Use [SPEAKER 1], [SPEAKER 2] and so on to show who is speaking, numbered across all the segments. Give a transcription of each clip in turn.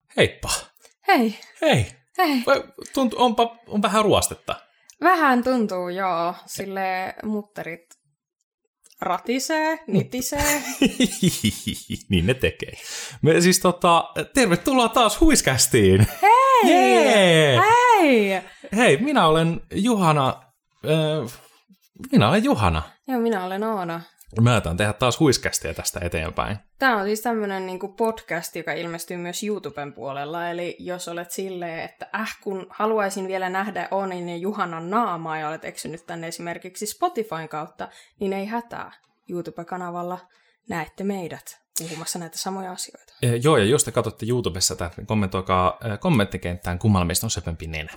[SPEAKER 1] Heippa.
[SPEAKER 2] Hei.
[SPEAKER 1] Hei.
[SPEAKER 2] Hei.
[SPEAKER 1] On vähän ruostetta.
[SPEAKER 2] Vähän tuntuu, joo. Silleen mutterit ratisee, nitisee.
[SPEAKER 1] Niin ne tekee. Me siis tervetuloa taas Huiskästiin.
[SPEAKER 2] Hei!
[SPEAKER 1] Yeah!
[SPEAKER 2] Hei!
[SPEAKER 1] Hei, minä olen Juhana.
[SPEAKER 2] Joo, minä olen Oona.
[SPEAKER 1] Mä aletaan tehdä taas Huiskästiä tästä eteenpäin.
[SPEAKER 2] Tämä on siis tämmöinen niinku podcast, joka ilmestyy myös YouTuben puolella. Eli jos olet silleen, että kun haluaisin vielä nähdä Oonin ja Juhanan naamaa ja olet eksynyt tänne esimerkiksi Spotifyn kautta, niin ei hätää. YouTube-kanavalla näette meidät puhumassa näitä samoja asioita.
[SPEAKER 1] Joo, ja jos te katsotte YouTubessa tätä, niin kommentoikaa kommenttikenttään, kummalla meistä on söpömpi nenä.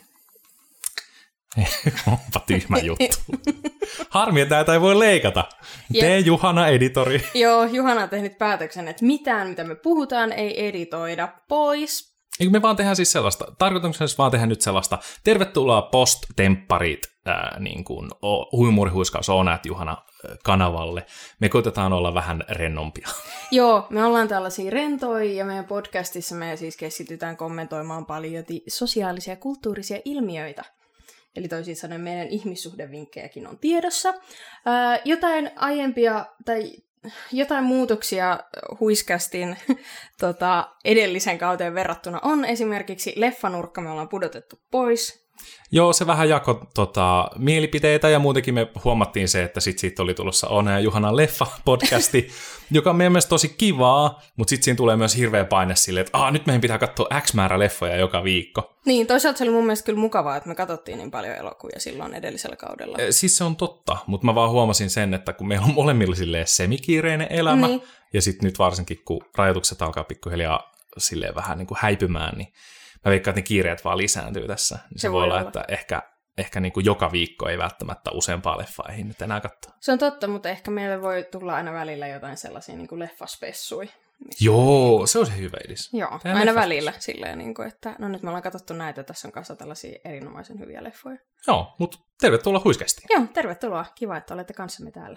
[SPEAKER 1] Onpa tyhmä juttu. Harmi, että näitä ei voi leikata. Tee Juhana editori.
[SPEAKER 2] Joo, Juhana on tehnyt päätöksen, että mitään, mitä me puhutaan, ei editoida pois.
[SPEAKER 1] Eikö me vaan tehdään siis sellaista, tarkoituksena vaan tehdä nyt sellaista, tervetuloa post-tempparit, niin kuin huumorihuiskaus Oona et Juhana kanavalle. Me koitetaan olla vähän rennompia.
[SPEAKER 2] Joo, me ollaan tällaisia rentoja ja meidän podcastissa me siis keskitytään kommentoimaan paljon sosiaalisia ja kulttuurisia ilmiöitä. Eli toisin sanoen meidän ihmissuhdevinkkejäkin on tiedossa. Jotain aiempia tai jotain muutoksia Huiskästin edellisen kauteen verrattuna on esimerkiksi leffanurkka, me ollaan pudotettu pois.
[SPEAKER 1] Joo, se vähän jakoi mielipiteitä ja muutenkin me huomattiin se, että siitä oli tulossa Oona ja Juhanan leffa-podcasti, joka on meidän mielestä tosi kivaa, mutta sitten siinä tulee myös hirveä paine silleen, että nyt meidän pitää katsoa X määrä leffoja joka viikko.
[SPEAKER 2] Niin, toisaalta se oli mun mielestä kyllä mukavaa, että me katsottiin niin paljon elokuvia silloin edellisellä kaudella.
[SPEAKER 1] Siis se on totta, mutta mä vaan huomasin sen, että kun meillä on molemmilla silleen semikiireinen elämä, niin. Ja sitten nyt varsinkin kun rajoitukset alkaa pikkuhiljaa silleen vähän niin kuin häipymään, niin mä veikkaan, että ne kiireet vaan lisääntyy tässä. Se voi olla, että ehkä niin kuin joka viikko ei välttämättä useampaa leffaa ei nyt enää katsoa.
[SPEAKER 2] Se on totta, mutta ehkä meille voi tulla aina välillä jotain sellaisia niin kuin leffaspessui.
[SPEAKER 1] Joo, se on se hyvä idis.
[SPEAKER 2] Joo, aina välillä silleen, niin kuin, että no nyt me ollaan katsottu näitä, tässä on kanssa tällaisia erinomaisen hyviä leffoja.
[SPEAKER 1] Joo, mutta tervetuloa Huiskästiin.
[SPEAKER 2] Joo, tervetuloa. Kiva, että olette kanssamme täällä.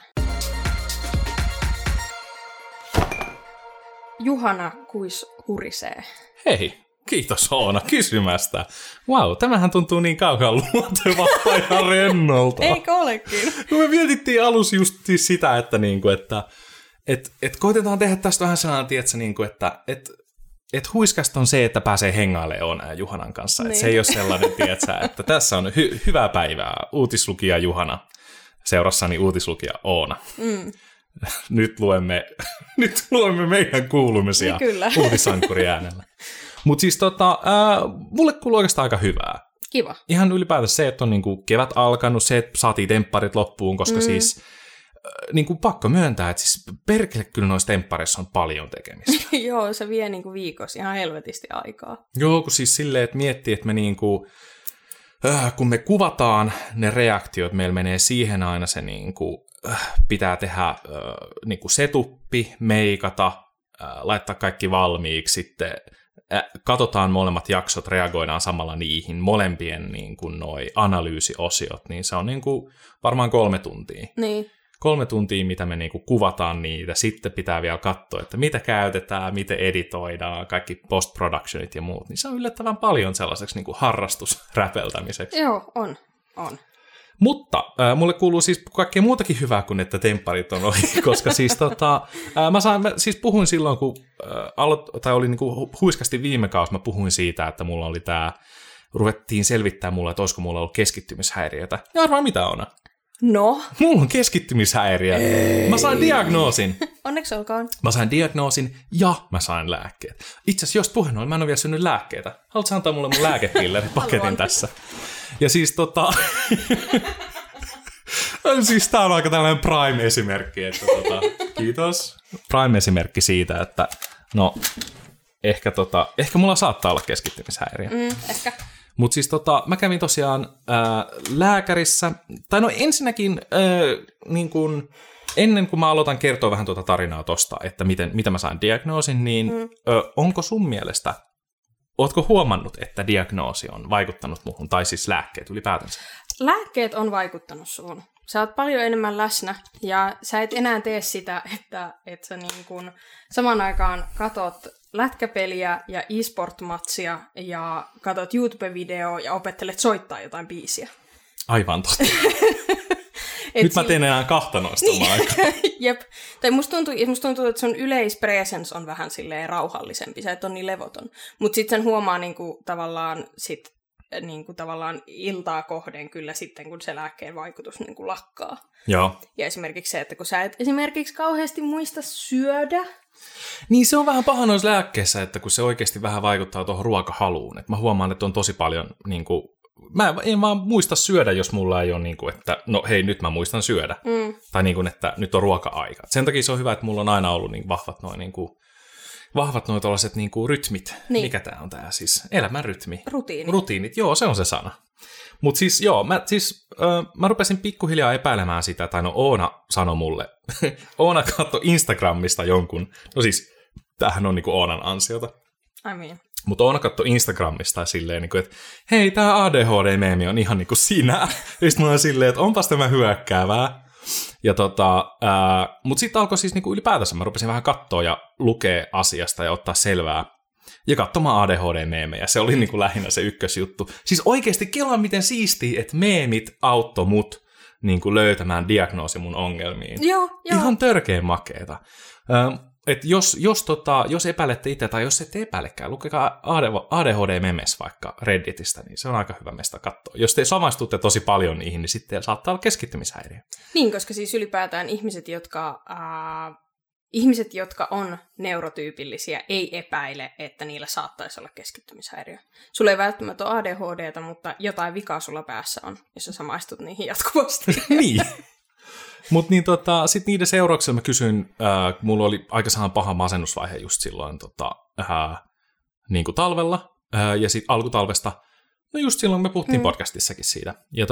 [SPEAKER 2] Juhana kuis hurisee.
[SPEAKER 1] Hei. Kiitos Oona kysymästä. Vau, tämähän tuntuu niin kaukaan luontevalta ja rennolta.
[SPEAKER 2] Eikö olekin?
[SPEAKER 1] Me mietittiin alussa just sitä, että koitetaan tehdä tästä vähän sellainen, että Huiskästä on se, että pääsee hengailemaan Oona ja Juhanan kanssa. Niin. Että se ei ole sellainen, että tässä on hyvää päivää. Uutislukija Juhana, seurassani uutislukija Oona. Mm. Nyt luemme meidän kuulumisia niin uutisankkuriäänellä. Mutta siis mulle kuuluu oikeastaan aika hyvää.
[SPEAKER 2] Kiva.
[SPEAKER 1] Ihan ylipäätänsä se, että on niinku kevät alkanut, se, että saatiin tempparit loppuun, koska siis niinku pakko myöntää, että siis perkele kyllä noissa temppareissa on paljon tekemistä.
[SPEAKER 2] Joo, se vie niinku viikossa ihan helvetisti aikaa.
[SPEAKER 1] Joo, kun siis silleen, että miettii, että me niinku, kun me kuvataan ne reaktiot, meillä menee siihen aina se niinku, pitää tehdä niinku setuppi, meikata, laittaa kaikki valmiiksi, sitten katsotaan molemmat jaksot, reagoidaan samalla niihin, molempien niin kuin noi analyysiosiot, niin se on niin kuin varmaan 3 tuntia.
[SPEAKER 2] Niin.
[SPEAKER 1] 3 tuntia, mitä me niin kuin kuvataan niitä, sitten pitää vielä katsoa, että mitä käytetään, miten editoidaan, kaikki post-productionit ja muut, niin se on yllättävän paljon sellaiseksi niin kuin harrastusräpeltämiseksi.
[SPEAKER 2] Joo, on.
[SPEAKER 1] Mutta mulle kuuluu siis kaikkea muutakin hyvää kuin että tempparit on ohi, koska siis mä puhuin silloin, kun oli niinku Huiskästi viime kausi, mä puhuin siitä, että mulla oli ruvettiin selvittää mulle, että olisiko mulla ollut keskittymishäiriötä. Ja arvaa mitä on?
[SPEAKER 2] No?
[SPEAKER 1] Mulla on keskittymishäiriö. Mä sain diagnoosin.
[SPEAKER 2] Onneksi olkoon.
[SPEAKER 1] Mä sain diagnoosin ja mä sain lääkkeet. Itse asiassa jos puheen ollen, mä en ole vielä syönyt lääkkeitä. Haluatko antaa mulle mun lääkepilleripaketin tässä? Ja siis siis tää on aika tällainen prime-esimerkki, että kiitos. Prime-esimerkki siitä, että no, ehkä mulla saattaa olla keskittymishäiriö.
[SPEAKER 2] Ehkä.
[SPEAKER 1] Mutta siis mä kävin tosiaan lääkärissä, tai no ensinnäkin niin kun, ennen kuin mä aloitan kertoa vähän tuota tarinaa tosta, että miten mä sain diagnoosin, niin onko sun mielestä, ootko huomannut, että diagnoosi on vaikuttanut muhun, tai siis lääkkeet ylipäätänsä?
[SPEAKER 2] Lääkkeet on vaikuttanut suhun. sä oot paljon enemmän läsnä ja sä et enää tee sitä, että sä niin kun saman aikaan katot lätkäpeliä ja e-sport-matsia ja katot YouTube-videoa ja opettelet soittaa jotain biisiä.
[SPEAKER 1] Aivan totta. Nyt mä teen enää 2 noista omaa aikaa.
[SPEAKER 2] Jep. Tai musta tuntuu, että sun yleispresence on vähän silleen rauhallisempi. Sä et ole niin levoton. Mutta sit sen huomaa niinku tavallaan iltaa kohden kyllä sitten, kun se lääkkeen vaikutus niinku lakkaa.
[SPEAKER 1] Joo.
[SPEAKER 2] Ja esimerkiksi se, että kun sä et esimerkiksi kauheasti muista syödä.
[SPEAKER 1] Niin se on vähän paha noissa lääkkeissä, että kun se oikeasti vähän vaikuttaa tuohon ruokahaluun. Et mä huomaan, että on tosi paljon niinku... Mä en vaan muista syödä, jos mulla ei ole niin kuin, että no hei, nyt mä muistan syödä. Tai niin kuin, että nyt on ruoka-aika. Sen takia se on hyvä, että mulla on aina ollut niin vahvat noin tällaiset niin kuin rytmit. Niin. Mikä tää on tää siis? Elämän rytmi. Rutiinit, joo, se on se sana. Mutta siis joo, mä rupesin pikkuhiljaa epäilemään sitä, tai no Oona sanoi mulle. Oona katsoi Instagramista jonkun, no siis tämähän on niin kuin Oonan ansiota. Mutta Oona katsoi Instagramista silleen, että hei, tää ADHD-meemi on ihan niin kuin sinä. Ja sitten mä oon silleen, että onpas tämä hyökkäävää. Ja mutta sitten alkoi siis niinku ylipäätänsä, mä rupesin vähän katsoa ja lukea asiasta ja ottaa selvää. Ja katsomaan ADHD-meemejä, se oli niinku lähinnä se ykkösjuttu. Siis oikeasti kelaa miten siistiä, että meemit auttoi mut niinku löytämään diagnoosi mun ongelmiin.
[SPEAKER 2] Joo.
[SPEAKER 1] Ihan törkeen makeeta. Että jos epäilette itse, tai jos ette epäilekään, lukekaa ADHD-memes vaikka Redditistä, niin se on aika hyvä meistä katsoa. Jos te samaistutte tosi paljon niihin, niin sitten saattaa olla keskittymishäiriö.
[SPEAKER 2] Niin, koska siis ylipäätään ihmiset, jotka on neurotyypillisiä, ei epäile, että niillä saattaisi olla keskittymishäiriö. Sulla ei välttämättä ole ADHDta, mutta jotain vikaa sulla päässä on, jos sä samaistut niihin jatkuvasti.
[SPEAKER 1] Niin. Mutta niin sitten niiden seurauksella mä kysyin, mulla oli aika paha masennusvaihe just silloin niin kuin talvella, ja sitten alkutalvesta, no just silloin me puhuttiin podcastissakin siitä. Ja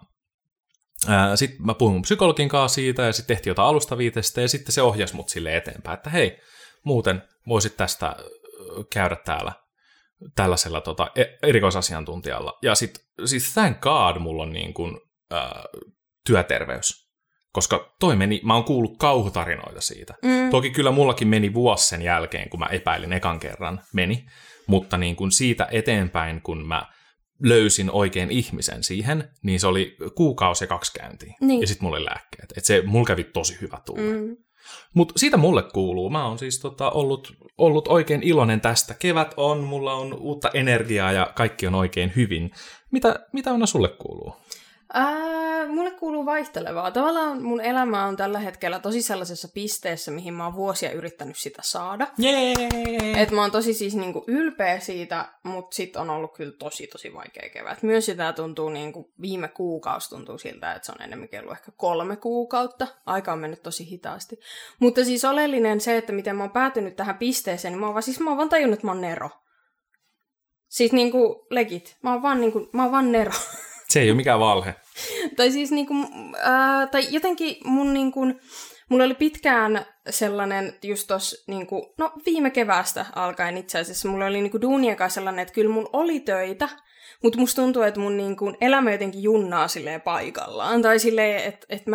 [SPEAKER 1] sitten mä puhuin mun psykologin kanssa siitä, ja sitten tehtiin jotain alustaviitestä, ja sitten se ohjasi mut sille eteenpäin, että hei, muuten voisit tästä käydä täällä tällaisella erikoisasiantuntijalla. Ja sitten siis thank God mulla on niin kuin, työterveys. Koska mä oon kuullut kauhutarinoita siitä. Toki kyllä mullakin meni vuosi sen jälkeen, kun mä epäilin ekan kerran, mutta niin kun siitä eteenpäin, kun mä löysin oikein ihmisen siihen, niin se oli 1 kuukausi ja 2 käyntiä. Niin. Ja sitten mulla oli lääkkeet. Et mulla kävi tosi hyvä tulla. Mutta siitä mulle kuuluu. Mä oon siis ollut oikein iloinen tästä. Kevät on, mulla on uutta energiaa ja kaikki on oikein hyvin. Mitä Anna sulle kuuluu?
[SPEAKER 2] Mulle kuuluu vaihtelevaa. Tavallaan mun elämä on tällä hetkellä tosi sellaisessa pisteessä, mihin mä oon vuosia yrittänyt sitä saada. Et mä oon tosi siis niinku ylpeä siitä, mutta sit on ollut kyllä tosi vaikea kevät. Myös sitä tuntuu niinku, viime kuukausi tuntuu siltä, että se on enemmänkin ollut ehkä 3 kuukautta. Aika on mennyt tosi hitaasti. Mutta siis oleellinen se, että miten mä oon päätynyt tähän pisteeseen, niin mä oon vaan tajunnut, että mä oon nero. Siis niinku legit. Mä oon vaan nero.
[SPEAKER 1] Se ei ole mikään valhe.
[SPEAKER 2] Tai siis niinku, tai jotenkin mulla oli pitkään sellainen just tossa niinku, no viime keväästä alkaen itse asiassa, mulla oli niinku duunien kanssa sellainen, että kyllä mun oli töitä, mutta musta tuntuu, että mun niinku elämä jotenkin junnaa silleen paikallaan. Tai silleen, että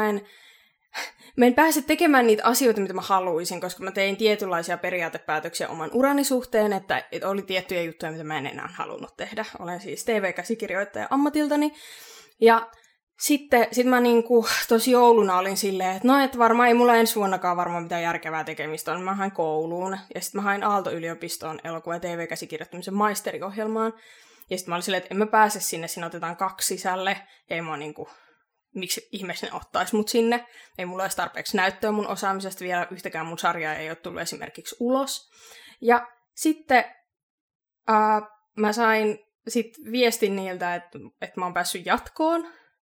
[SPEAKER 2] mä en pääse tekemään niitä asioita, mitä mä haluaisin, koska mä tein tietynlaisia periaatepäätöksiä oman urani suhteen, että oli tiettyjä juttuja, mitä mä en enää halunnut tehdä. Olen siis TV-käsikirjoittaja ammatiltani. Ja sitten mä niinku tosi jouluna olin silleen, että no, että varmaan ei mulla ensi vuonnakaan varmaan mitään järkevää tekemistä on. Mä hain kouluun ja sitten mä hain Aalto-yliopistoon elokuva- ja TV-käsikirjoittamisen maisteriohjelmaan. Ja sitten mä olin silleen, että en mä pääse sinne otetaan 2 sisälle. Ja ei mua niinku... Miksi ihmeessä ne ottaisi mut sinne. Ei mulla olisi tarpeeksi näyttöä mun osaamisesta vielä. Yhtäkään mun sarjaa ei ole tullut esimerkiksi ulos. Ja sitten mä sain viestin niiltä, että mä oon päässyt jatkoon.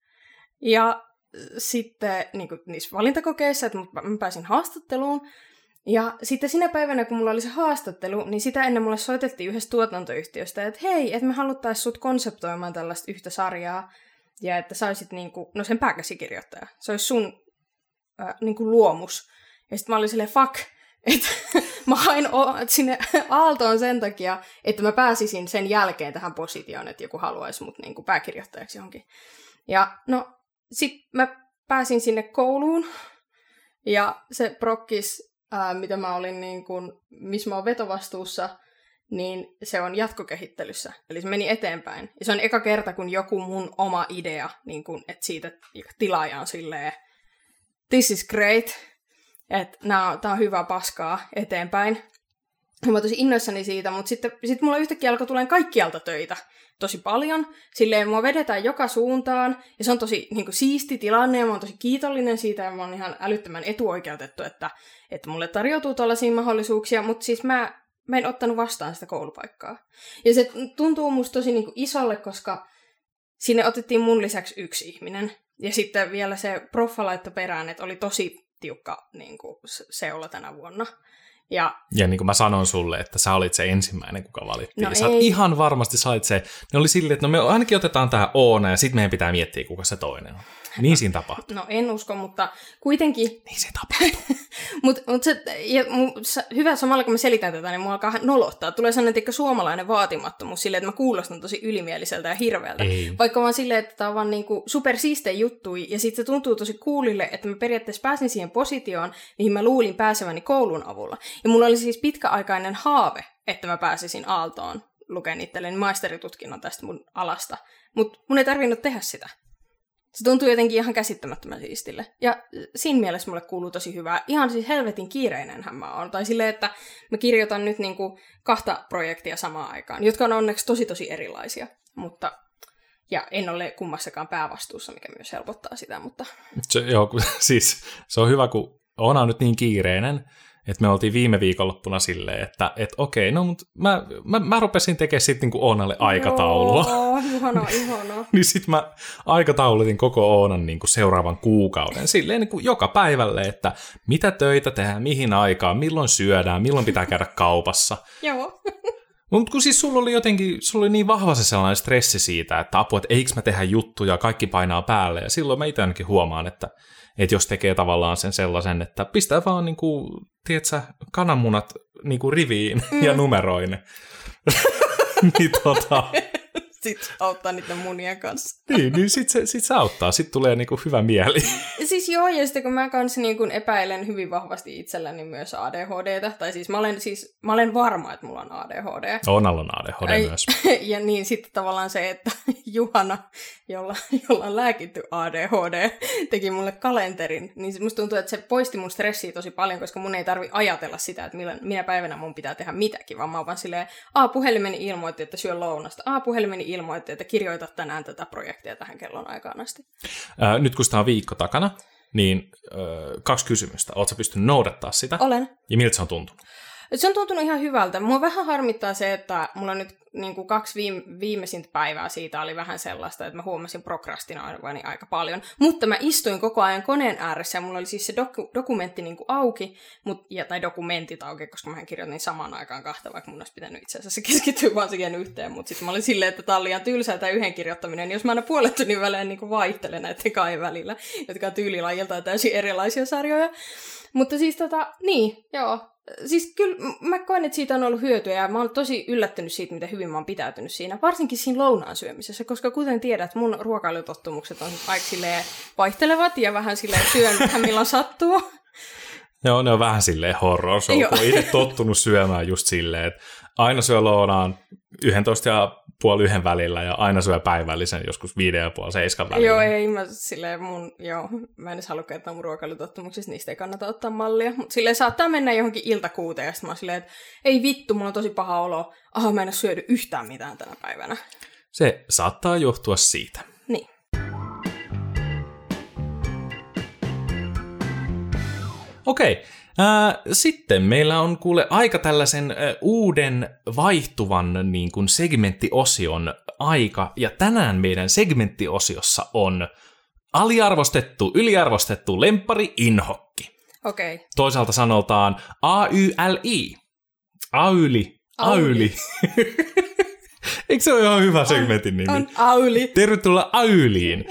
[SPEAKER 2] Ja sitten niin niissä valintakokeissa, että mä pääsin haastatteluun. Ja sitten sinä päivänä, kun mulla oli se haastattelu, niin sitä ennen mulle soitettiin yhdestä tuotantoyhtiöstä, että hei, että me haluttais sut konseptoimaan tällaista yhtä sarjaa. Ja että sä olisit niinku, no sen pääkäsikirjoittaja. Se olisi sun niinku luomus. Ja sitten mä olin silleen, fuck, että mä hain sinne Aaltoon sen takia, että mä pääsisin sen jälkeen tähän positioon, että joku haluaisi mut niinku pääkirjoittajaksi johonkin. Ja no, sit mä pääsin sinne kouluun ja se prokkis, mitä mä olin niin kuin, missä mä oon vetovastuussa, niin se on jatkokehittelyssä. Eli se meni eteenpäin. Ja se on eka kerta, kun joku mun oma idea, niin kun, että siitä tilaaja on silleen, this is great, että tää on hyvä paskaa eteenpäin. Mä oon tosi innoissani siitä, mutta sitten mulla yhtäkkiä alkoi tulemaan kaikkialta töitä tosi paljon. Silleen mua vedetään joka suuntaan, ja se on tosi niin kuin, siisti tilanne, ja mä oon tosi kiitollinen siitä, ja mä oon ihan älyttömän etuoikeutettu, että mulle tarjoutuu tällaisia mahdollisuuksia, mutta siis mä en ottanut vastaan sitä koulupaikkaa. Ja se tuntuu musta tosi niin kuin isolle, koska sinne otettiin mun lisäksi yksi ihminen. Ja sitten vielä se proffa laittoi perään, että oli tosi tiukka niin kuin seula tänä vuonna. Ja
[SPEAKER 1] niin kuin mä sanon sulle, että sä olit se ensimmäinen, kuka valittiin. No sä ihan varmasti sait se. Ne oli silleen, että no me ainakin otetaan tää Oona ja sitten meidän pitää miettiä, kuka se toinen on. Niin siinä tapahtui.
[SPEAKER 2] No en usko, mutta kuitenkin.
[SPEAKER 1] Niin se tapahtui.
[SPEAKER 2] Hyvä, samalla kun mä selitän tätä, niin mua alkaa nolottaa. Tulee sellainen suomalainen vaatimattomuus silleen, että mä kuulostan tosi ylimieliseltä ja hirveältä. Ei. Vaikka vaan silleen, että tää on vaan niinku supersiistejä juttuja, ja sitten se tuntuu tosi coolille, että mä periaatteessa pääsin siihen positioon, mihin mä luulin pääseväni koulun avulla. Ja mulla oli siis pitkäaikainen haave, että mä pääsisin Aaltoon lukemaan itselleni maisteritutkinnon tästä mun alasta. Mutta mun ei tarvinnut tehdä sitä. Se tuntuu jotenkin ihan käsittämättömän siistille. Ja siinä mielessä mulle kuuluu tosi hyvää. Ihan siis helvetin kiireinenhän mä oon. Tai silleen, että mä kirjoitan nyt niinku 2 projektia samaan aikaan, jotka on onneksi tosi erilaisia. Mutta, ja en ole kummassakaan päävastuussa, mikä myös helpottaa sitä, mutta
[SPEAKER 1] siis se on hyvä, kun Oona on nyt niin kiireinen, että me oltiin viime viikonloppuna silleen, että okei, no mutta mä rupesin tekemään sitten niinku Oonalle aikataulua.
[SPEAKER 2] Joo, ihanaa.
[SPEAKER 1] Niin sitten mä aikataulutin koko Oonan niinku seuraavan kuukauden silleen niinku joka päivälle, että mitä töitä tehdään, mihin aikaan, milloin syödään, milloin pitää käydä kaupassa.
[SPEAKER 2] Joo.
[SPEAKER 1] Mutta kun siis sulla oli niin vahva se sellainen stressi siitä, että apua, että eikö mä tehdä juttuja, kaikki painaa päälle, ja silloin mä itse ainakin huomaan, että jos tekee tavallaan sen sellaisen, että pistää vaan niinku, tiedätkö, kananmunat niinku riviin ja numeroin. Niin
[SPEAKER 2] Sitten auttaa niiden munien kanssa.
[SPEAKER 1] niin sit se auttaa. Sitten tulee niinku hyvä mieli.
[SPEAKER 2] Siis joo, ja sitten kun mä kanssa niinku epäilen hyvin vahvasti itselläni myös ADHDtä, tai siis mä olen varma, että mulla on ADHD.
[SPEAKER 1] Onalla on ADHD myös.
[SPEAKER 2] Ja niin sitten tavallaan se, että Juhana, jolla on lääkitty ADHD, teki mulle kalenterin, niin musta tuntuu, että se poisti mun stressiä tosi paljon, koska mun ei tarvi ajatella sitä, että minä päivänä mun pitää tehdä mitäkin, vaan mä oon vaan silleen, puhelimeni ilmoitti, että syö lounasta, puhelimeni ilmoitti, että kirjoita tänään tätä projektia tähän kellon aikaan asti.
[SPEAKER 1] Nyt kun sitä on viikko takana, niin 2 kysymystä. Oletko pystynyt noudattaa sitä?
[SPEAKER 2] Olen.
[SPEAKER 1] Ja miltä se on tuntunut?
[SPEAKER 2] Se on tuntunut ihan hyvältä. Mua vähän harmittaa se, että mulla nyt niin kuin 2 viimeisintä päivää siitä oli vähän sellaista, että mä huomasin prokrastinoivani aika paljon. Mutta mä istuin koko ajan koneen ääressä ja mulla oli siis se dokumentti niin kuin auki, tai dokumentit auki, koska mä kirjoitin samaan aikaan 2, vaikka mun olisi pitänyt itse asiassa keskittyä vaan siihen yhteen. Mutta sitten mä olin silleen, että tää on liian tylsää tämä yhden kirjoittaminen, niin jos mä aina puolet tunnin välein niin kuin vaihtelen näiden kahden välillä, jotka on tyylilajiltaan täysin erilaisia sarjoja. Mutta siis niin, joo. Siis kyllä mä koen, että siitä on ollut hyötyä ja mä oon tosi yllättynyt siitä, miten hyvin mä oon pitäytynyt siinä. Varsinkin siinä lounaan syömisessä, koska kuten tiedät, mun ruokailutottumukset on aika silleen vaihtelevat ja vähän silleen syön vähän milloin sattuu.
[SPEAKER 1] Joo, ne on vähän silleen horror show, kun itse tottunut syömään just silleen, että aina syö lounaan 11 ja puoli 1 välillä ja aina syö päivällisen joskus 5 ja puoli 7 välillä.
[SPEAKER 2] Joo, ei mä silleen mä en edes halua kertoa mun ruokailutottumuksista, niistä ei kannata ottaa mallia. Mutta silleen saattaa mennä johonkin iltakuuteen ja sitten mä oon silleen, että ei vittu, mulla on tosi paha olo. Mä en ole syödy yhtään mitään tänä päivänä.
[SPEAKER 1] Se saattaa johtua siitä.
[SPEAKER 2] Niin.
[SPEAKER 1] Okei. Sitten meillä on kuule aika tällaisen uuden vaihtuvan niin kuin segmenttiosion aika, ja tänään meidän segmenttiosiossa on aliarvostettu, yliarvostettu, lemppari, inhokki.
[SPEAKER 2] Okei.
[SPEAKER 1] Toisaalta sanotaan AYLI. Ayli. Eikö se ole ihan hyvä segmentin nimi?
[SPEAKER 2] On Auli.
[SPEAKER 1] Tervetuloa Ayliin.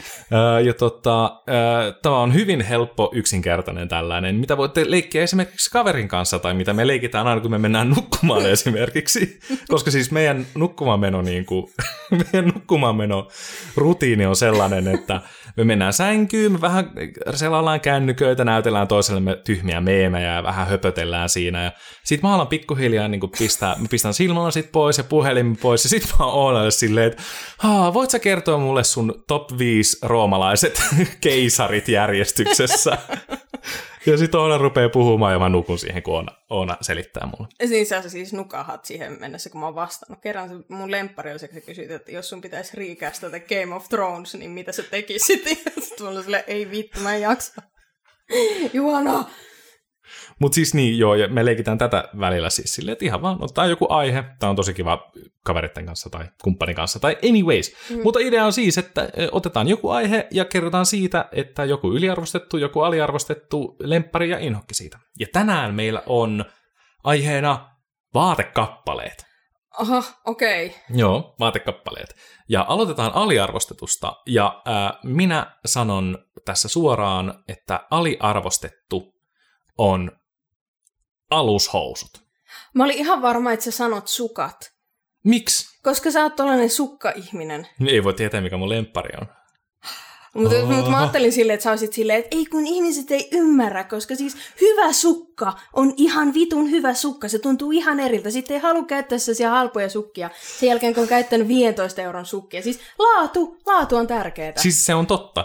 [SPEAKER 1] Tämä on hyvin helppo, yksinkertainen tällainen, mitä voitte leikkiä esimerkiksi kaverin kanssa, tai mitä me leikitään aina, kun me mennään nukkumaan esimerkiksi. Koska siis meidän nukkumaan meno niin kuin meidän nukkumaan meno rutiini on sellainen, että me mennään sänkyyn, me vähän selaillaan kännyköitä, näytellään toisellemme tyhmiä meemejä ja vähän höpötellään siinä. Ja sit mä alan pikkuhiljaa niin pistän silmälasit pois ja puhelimen pois ja sit mä oon silleen, että voit sä kertoa mulle sun top 5 roomalaiset keisarit järjestyksessä? Ja sitten Oona rupeaa puhumaan ja mä nukun siihen, kun Oona selittää mulle.
[SPEAKER 2] Niin sä siis nukahat siihen mennessä, kun mä oon vastannut. Kerran mun lemppari oli se, kun sä kysyit, että jos sun pitäisi recastata Game of Thrones, niin mitä sä tekisit? Sitten mulla oli silleen, ei vittu, mä en jaksa. Juhana!
[SPEAKER 1] Mutta siis niin, joo, ja me leikitään tätä välillä siis silleen, että ihan vaan ottaa joku aihe. Tää on tosi kiva kaveritten kanssa tai kumppanin kanssa tai anyways. Mutta idea on siis, että otetaan joku aihe ja kerrotaan siitä, että joku yliarvostettu, joku aliarvostettu, lemppari ja inhokki siitä. Ja tänään meillä on aiheena vaatekappaleet.
[SPEAKER 2] Aha, okei. Okay.
[SPEAKER 1] Joo, vaatekappaleet. Ja aloitetaan aliarvostetusta. Ja minä sanon tässä suoraan, että aliarvostettu on alushousut.
[SPEAKER 2] Mä olin ihan varma, että sä sanot sukat.
[SPEAKER 1] Miksi?
[SPEAKER 2] Koska sä oot tollanen sukka-ihminen.
[SPEAKER 1] Ei voi tietää, mikä mun lemppari on.
[SPEAKER 2] Mutta mä ajattelin silleen, että sä olisit silleen, että ei kun ihmiset ei ymmärrä, koska siis hyvä sukka on ihan vitun hyvä sukka. Se tuntuu ihan eriltä. Sitten ei halua käyttää sellaisia halpoja sukkia sen jälkeen, kun on käyttänyt 15 euron sukkia. Siis laatu on tärkeää.
[SPEAKER 1] Siis se on totta.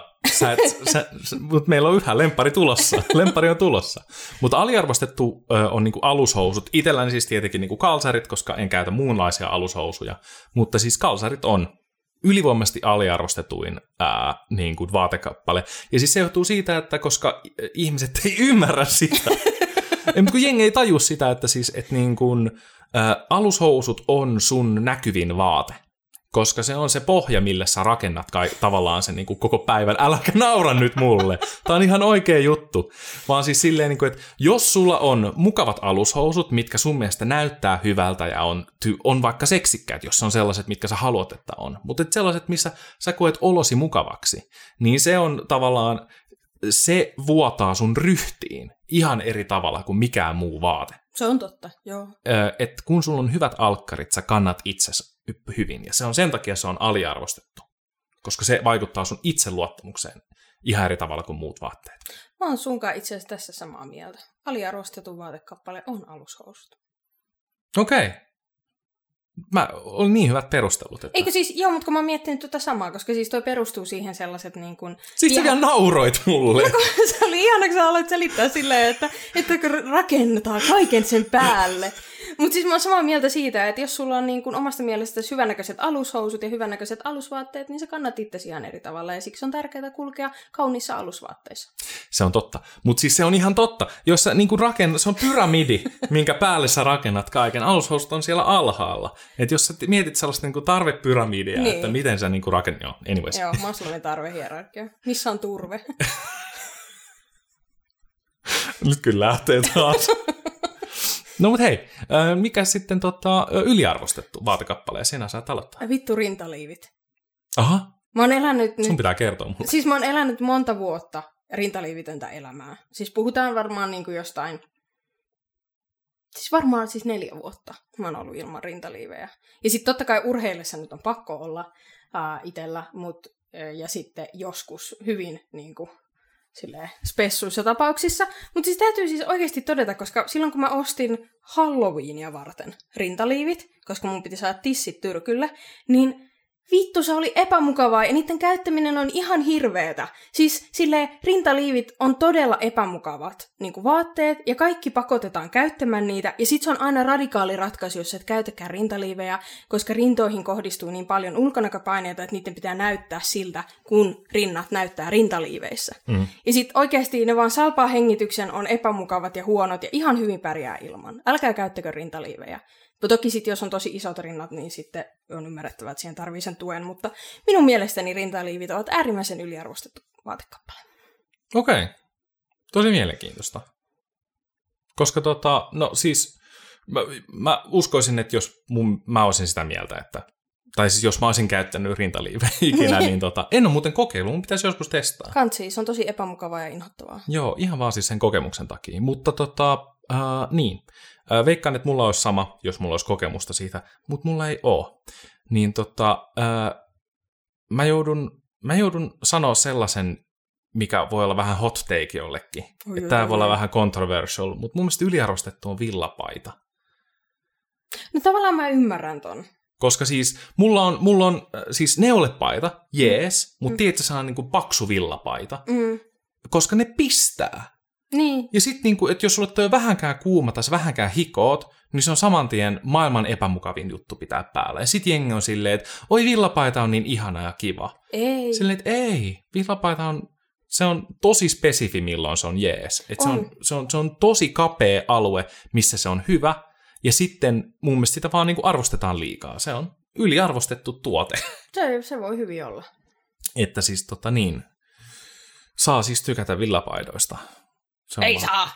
[SPEAKER 1] Mutta meillä on yhä lemppari tulossa. Lemppari on tulossa. Mutta aliarvostettu on niinku alushousut. Itselläni siis tietenkin niinku kalsarit, koska en käytä muunlaisia alushousuja. Mutta siis kalsarit on ylivoimaisesti aliarvostetuin niin kuin vaatekappale. Ja siis se johtuu siitä, että koska ihmiset ei ymmärrä sitä. Kun jengi ei taju sitä, että siis, että niin kuin, alushousut on sun näkyvin vaate. Koska se on se pohja, millä sä rakennat tavallaan sen niin kuin koko päivän. Äläkä naura nyt mulle. Tää on ihan oikea juttu. Vaan siis silleen, niin kuin, että jos sulla on mukavat alushousut, mitkä sun mielestä näyttää hyvältä ja on vaikka seksikkäät, jos on sellaiset, mitkä sä haluat, että on. Mutta sellaiset, missä sä koet olosi mukavaksi, niin se on tavallaan, se vuotaa sun ryhtiin ihan eri tavalla kuin mikään muu vaate.
[SPEAKER 2] Se on totta, joo.
[SPEAKER 1] Että kun sulla on hyvät alkkarit, sä kannat itsesi hyvin. Ja se on sen takia se on aliarvostettu. Koska se vaikuttaa sun itseluottamukseen ihan eri tavalla kuin muut vaatteet.
[SPEAKER 2] Mä oon sunkaan itse asiassa tässä samaa mieltä. Aliarvostettu vaatekappale on alushousut.
[SPEAKER 1] Okei. Oli niin hyvät perustelut. Että...
[SPEAKER 2] Eikö siis, joo, mutta kun mä oon miettinyt tuota samaa, koska siis toi perustuu siihen sellaiset niin kuin...
[SPEAKER 1] Siis sä vielä nauroit mulle.
[SPEAKER 2] No, se oli ihana, kun sä aloit selittää silleen, että kun rakennetaan kaiken sen päälle. Mutta siis mä oon samaa mieltä siitä, että jos sulla on niin kuin omasta mielestä hyvännäköiset alushousut ja hyvännäköiset alusvaatteet, niin sä kannat itsesi ihan eri tavalla. Ja siksi on tärkeää kulkea kauniissa alusvaatteissa.
[SPEAKER 1] Se on totta. Mutta siis se on ihan totta. Jos sä niin kuin se on pyramidi, minkä päälle sä rakennat kaiken. Alushousut on siellä alhaalla. Että jos sä mietit sellaista niin kuin tarvepyramidia, niin. Että miten sä niin kuin Joo, anyways.
[SPEAKER 2] Joo, Maslowin tarvehierarkia. Missä on turve?
[SPEAKER 1] Nyt kyllä lähtee taas. No mut hei, mikä sitten yliarvostettu vaatekappale? Sinä saat aloittaa.
[SPEAKER 2] Vittu rintaliivit.
[SPEAKER 1] Aha.
[SPEAKER 2] Mä oon elänyt
[SPEAKER 1] Sun pitää kertoa mulle.
[SPEAKER 2] Siis mä oon elänyt monta vuotta rintaliivitöntä elämää. Siis puhutaan varmaan niin kuin jostain... Siis varmaan siis 4 vuotta mä oon ollut ilman rintaliivejä. Ja sitten totta kai urheillessa nyt on pakko olla itsellä, ja sitten joskus hyvin niin kuin, spessuissa tapauksissa. Mutta siis täytyy siis oikeasti todeta, koska silloin kun mä ostin Halloweenia varten rintaliivit, koska mun piti saada tissit tyrkylle, niin vittu se oli epämukavaa ja niiden käyttäminen on ihan hirveetä. Siis rintaliivit on todella epämukavat niin kuin vaatteet ja kaikki pakotetaan käyttämään niitä. Ja sit se on aina radikaali ratkaisu, jos et käytäkään rintaliivejä, koska rintoihin kohdistuu niin paljon ulkonäköpaineita, että niiden pitää näyttää siltä, kun rinnat näyttää rintaliiveissä. Ja sit oikeasti ne vaan salpaa hengityksen, on epämukavat ja huonot ja ihan hyvin pärjää ilman. Älkää käyttäkö rintaliivejä. Toki sitten, jos on tosi isot rinnat, niin sitten on ymmärrettävää, että siihen tarvii sen tuen, mutta minun mielestäni rintaliivit ovat äärimmäisen yliarvostettu vaatekappale.
[SPEAKER 1] Okei. Tosi mielenkiintoista. Koska no siis, mä uskoisin, että jos mä olisin sitä mieltä, että, tai siis jos mä olisin käyttänyt rintaliivejä ikinä, niin en ole muuten kokeillut, mun pitäisi joskus testaa.
[SPEAKER 2] Kansi, se on tosi epämukavaa ja inhottavaa.
[SPEAKER 1] Joo, ihan vaan siis sen kokemuksen takia, mutta niin. Veikkaan, että mulla olisi sama, jos mulla olisi kokemusta siitä, mutta mulla ei ole. niin mä joudun sanoa sellaisen, mikä voi olla vähän hot take jollekin. Tämä voi olla vähän controversial, mutta mun mielestä yliarvostettu on villapaita.
[SPEAKER 2] No tavallaan mä ymmärrän ton.
[SPEAKER 1] Koska siis mulla on siis neulepaita, jees, mutta tiedätkö sä on niinku paksu villapaita, koska ne pistää.
[SPEAKER 2] Niin.
[SPEAKER 1] Ja sit niinku, että jos sulle toi vähänkään kuuma tai vähänkään hikoot, niin se on saman tien maailman epämukavin juttu pitää päällä. Ja sit jengi on silleen, että oi villapaita on niin ihana ja kiva.
[SPEAKER 2] Ei.
[SPEAKER 1] Silleen, että ei, villapaita on, se on tosi spesifi milloin se on jees. Että se on tosi kapea alue, missä se on hyvä. Ja sitten mun mielestä sitä vaan niinku arvostetaan liikaa. Se on yliarvostettu tuote.
[SPEAKER 2] Se voi hyvin olla.
[SPEAKER 1] Että siis saa siis tykätä villapaidoista.
[SPEAKER 2] Ei saa!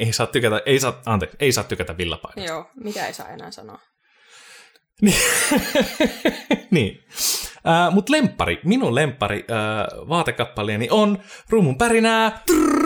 [SPEAKER 1] Ei saa tykätä villapaidoista.
[SPEAKER 2] Joo, mitä ei saa enää sanoa.
[SPEAKER 1] Niin. Mutta minun lemppari vaatekappaleeni on Ruumun pärinää.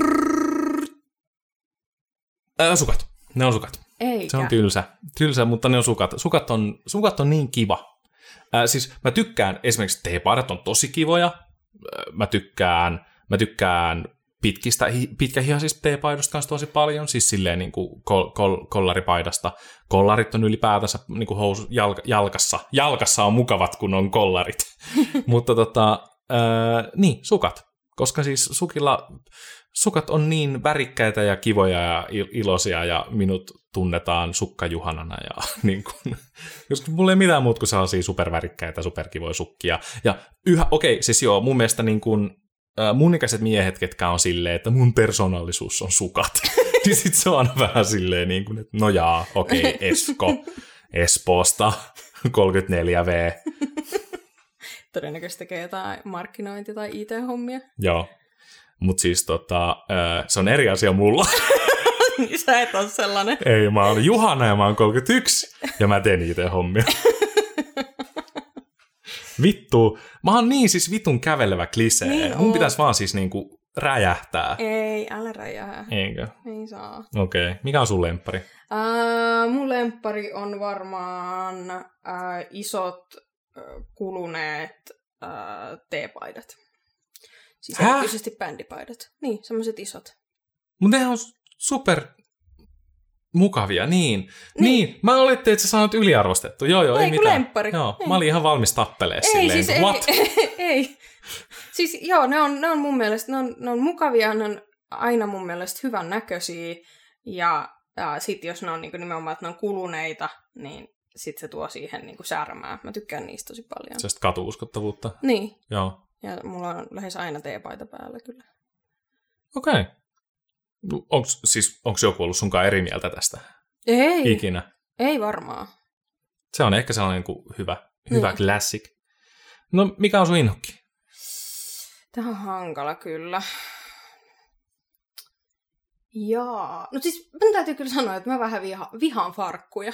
[SPEAKER 1] Sukat. Ne on sukat.
[SPEAKER 2] Eikä.
[SPEAKER 1] Se on tylsä, mutta ne on sukat. Sukat on niin kiva. Siis mä tykkään, esimerkiksi teepaidat on tosi kivoja. Mä tykkään pitkähihaisista teepaidosta kanssa tosi paljon, siis silleen niin kuin kollaripaidasta. Kollarit on ylipäätänsä niin kuin jalkassa. Jalkassa on mukavat, kun on kollarit. Mutta niin, sukat. Koska siis sukat on niin värikkäitä ja kivoja ja iloisia ja minut tunnetaan sukkajuhanana ja niin kuin, koska mulla ei mitään muuta kuin sellaisia supervärikkäitä, superkivoja sukkia. Ja siis joo, mun mielestä niin kuin mun ikäiset miehet, ketkä on silleen, että mun persoonallisuus on sukat. Niin sit se on vähän silleen niin kuin, että no jaa, okei, Esko, Espoosta, 34V.
[SPEAKER 2] Todennäköisesti tekee jotain markkinointi- tai IT-hommia.
[SPEAKER 1] Joo, mutta siis se on eri asia mulla.
[SPEAKER 2] Sä et ole sellainen.
[SPEAKER 1] Ei, mä oon Juhana ja mä oon 31 ja mä teen IT-hommia. Vittu. Mä oon niin siis vitun kävelevä klisee.
[SPEAKER 2] Niin
[SPEAKER 1] mun pitäisi vaan siis niinku räjähtää.
[SPEAKER 2] Ei, älä räjähä.
[SPEAKER 1] Eikö?
[SPEAKER 2] Ei saa.
[SPEAKER 1] Okei. Mikä on sun lemppari?
[SPEAKER 2] Mun lemppari on varmaan isot kuluneet teepaidat. Siis erityisesti bändipaidat. Niin, semmoiset isot.
[SPEAKER 1] Mutta ne on super mukavia, niin. Mä olettiin, että sä sanot yliarvostettu. Joo, ei mitään.
[SPEAKER 2] Lemppari.
[SPEAKER 1] Joo, mä olin ihan valmis tappelee silleen.
[SPEAKER 2] Siis
[SPEAKER 1] what?
[SPEAKER 2] Ei. Siis joo, ne on mun mielestä, ne on mukavia, ne on aina mun mielestä hyvän näköisiä. Ja sit jos ne on niinku nimenomaan, että ne on kuluneita, niin sit se tuo siihen niinku särmää. Mä tykkään niistä tosi paljon.
[SPEAKER 1] Sellaista katu-uskottavuutta.
[SPEAKER 2] Niin.
[SPEAKER 1] Joo.
[SPEAKER 2] Ja mulla on lähes aina teepaita päällä kyllä.
[SPEAKER 1] Okei. Onko joku ollut sunkaan eri mieltä tästä?
[SPEAKER 2] Ei.
[SPEAKER 1] Ikinä?
[SPEAKER 2] Ei varmaan.
[SPEAKER 1] Se on ehkä sellainen kuin hyvä classic. No, mikä on sun inhokki?
[SPEAKER 2] Tämä on hankala kyllä. Jaa. No siis minun täytyy kyllä sanoa, että mä vähän vihaan farkkuja.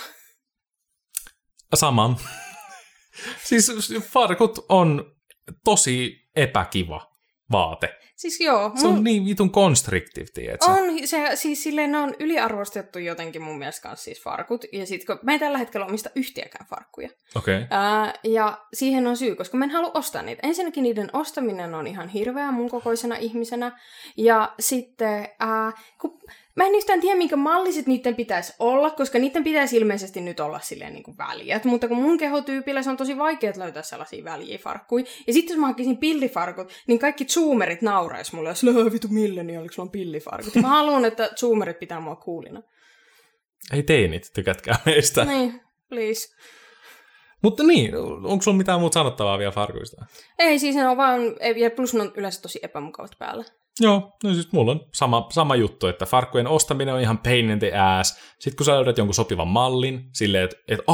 [SPEAKER 1] Sama. Siis farkut on tosi epäkiva vaate.
[SPEAKER 2] Siis joo.
[SPEAKER 1] Se on niin vitun constrictive, tiedätkö?
[SPEAKER 2] On, siis silleen ne on yliarvostettu jotenkin mun mielestä kanssa siis farkut. Ja sit kun mä en tällä hetkellä omista yhtiäkään farkkuja.
[SPEAKER 1] Okei.
[SPEAKER 2] Ja siihen on syy, koska mä en halua ostaa niitä. Ensinnäkin niiden ostaminen on ihan hirveää mun kokoisena ihmisenä. Ja sitten, kun mä en yhtään tiedä, minkä malliset niiden pitäisi olla, koska niiden pitäisi ilmeisesti nyt olla silleen niin kuin väljät. Mutta kun mun kehotyypillä se on tosi vaikea löytää sellaisia väljiä farkkuja. Ja sitten jos mä hakisin pillifarkut, niin kaikki zoomerit nauraisi mulle. Ja silleen, vitu milleniaaliksi sulla on pillifarkut. Mä haluan, että zoomerit pitää mua coolina.
[SPEAKER 1] Ei teinit, tykätkää meistä.
[SPEAKER 2] Niin, please.
[SPEAKER 1] Mutta niin, onko sulla mitään muuta sanottavaa vielä farkuista?
[SPEAKER 2] Ei, siis ne on vaan, ja plus ne on yleensä tosi epämukavat päällä.
[SPEAKER 1] Joo, no siis mulla on sama juttu, että farkkujen ostaminen on ihan pain in the ass. Sitten kun sä löydät jonkun sopivan mallin, silleen, että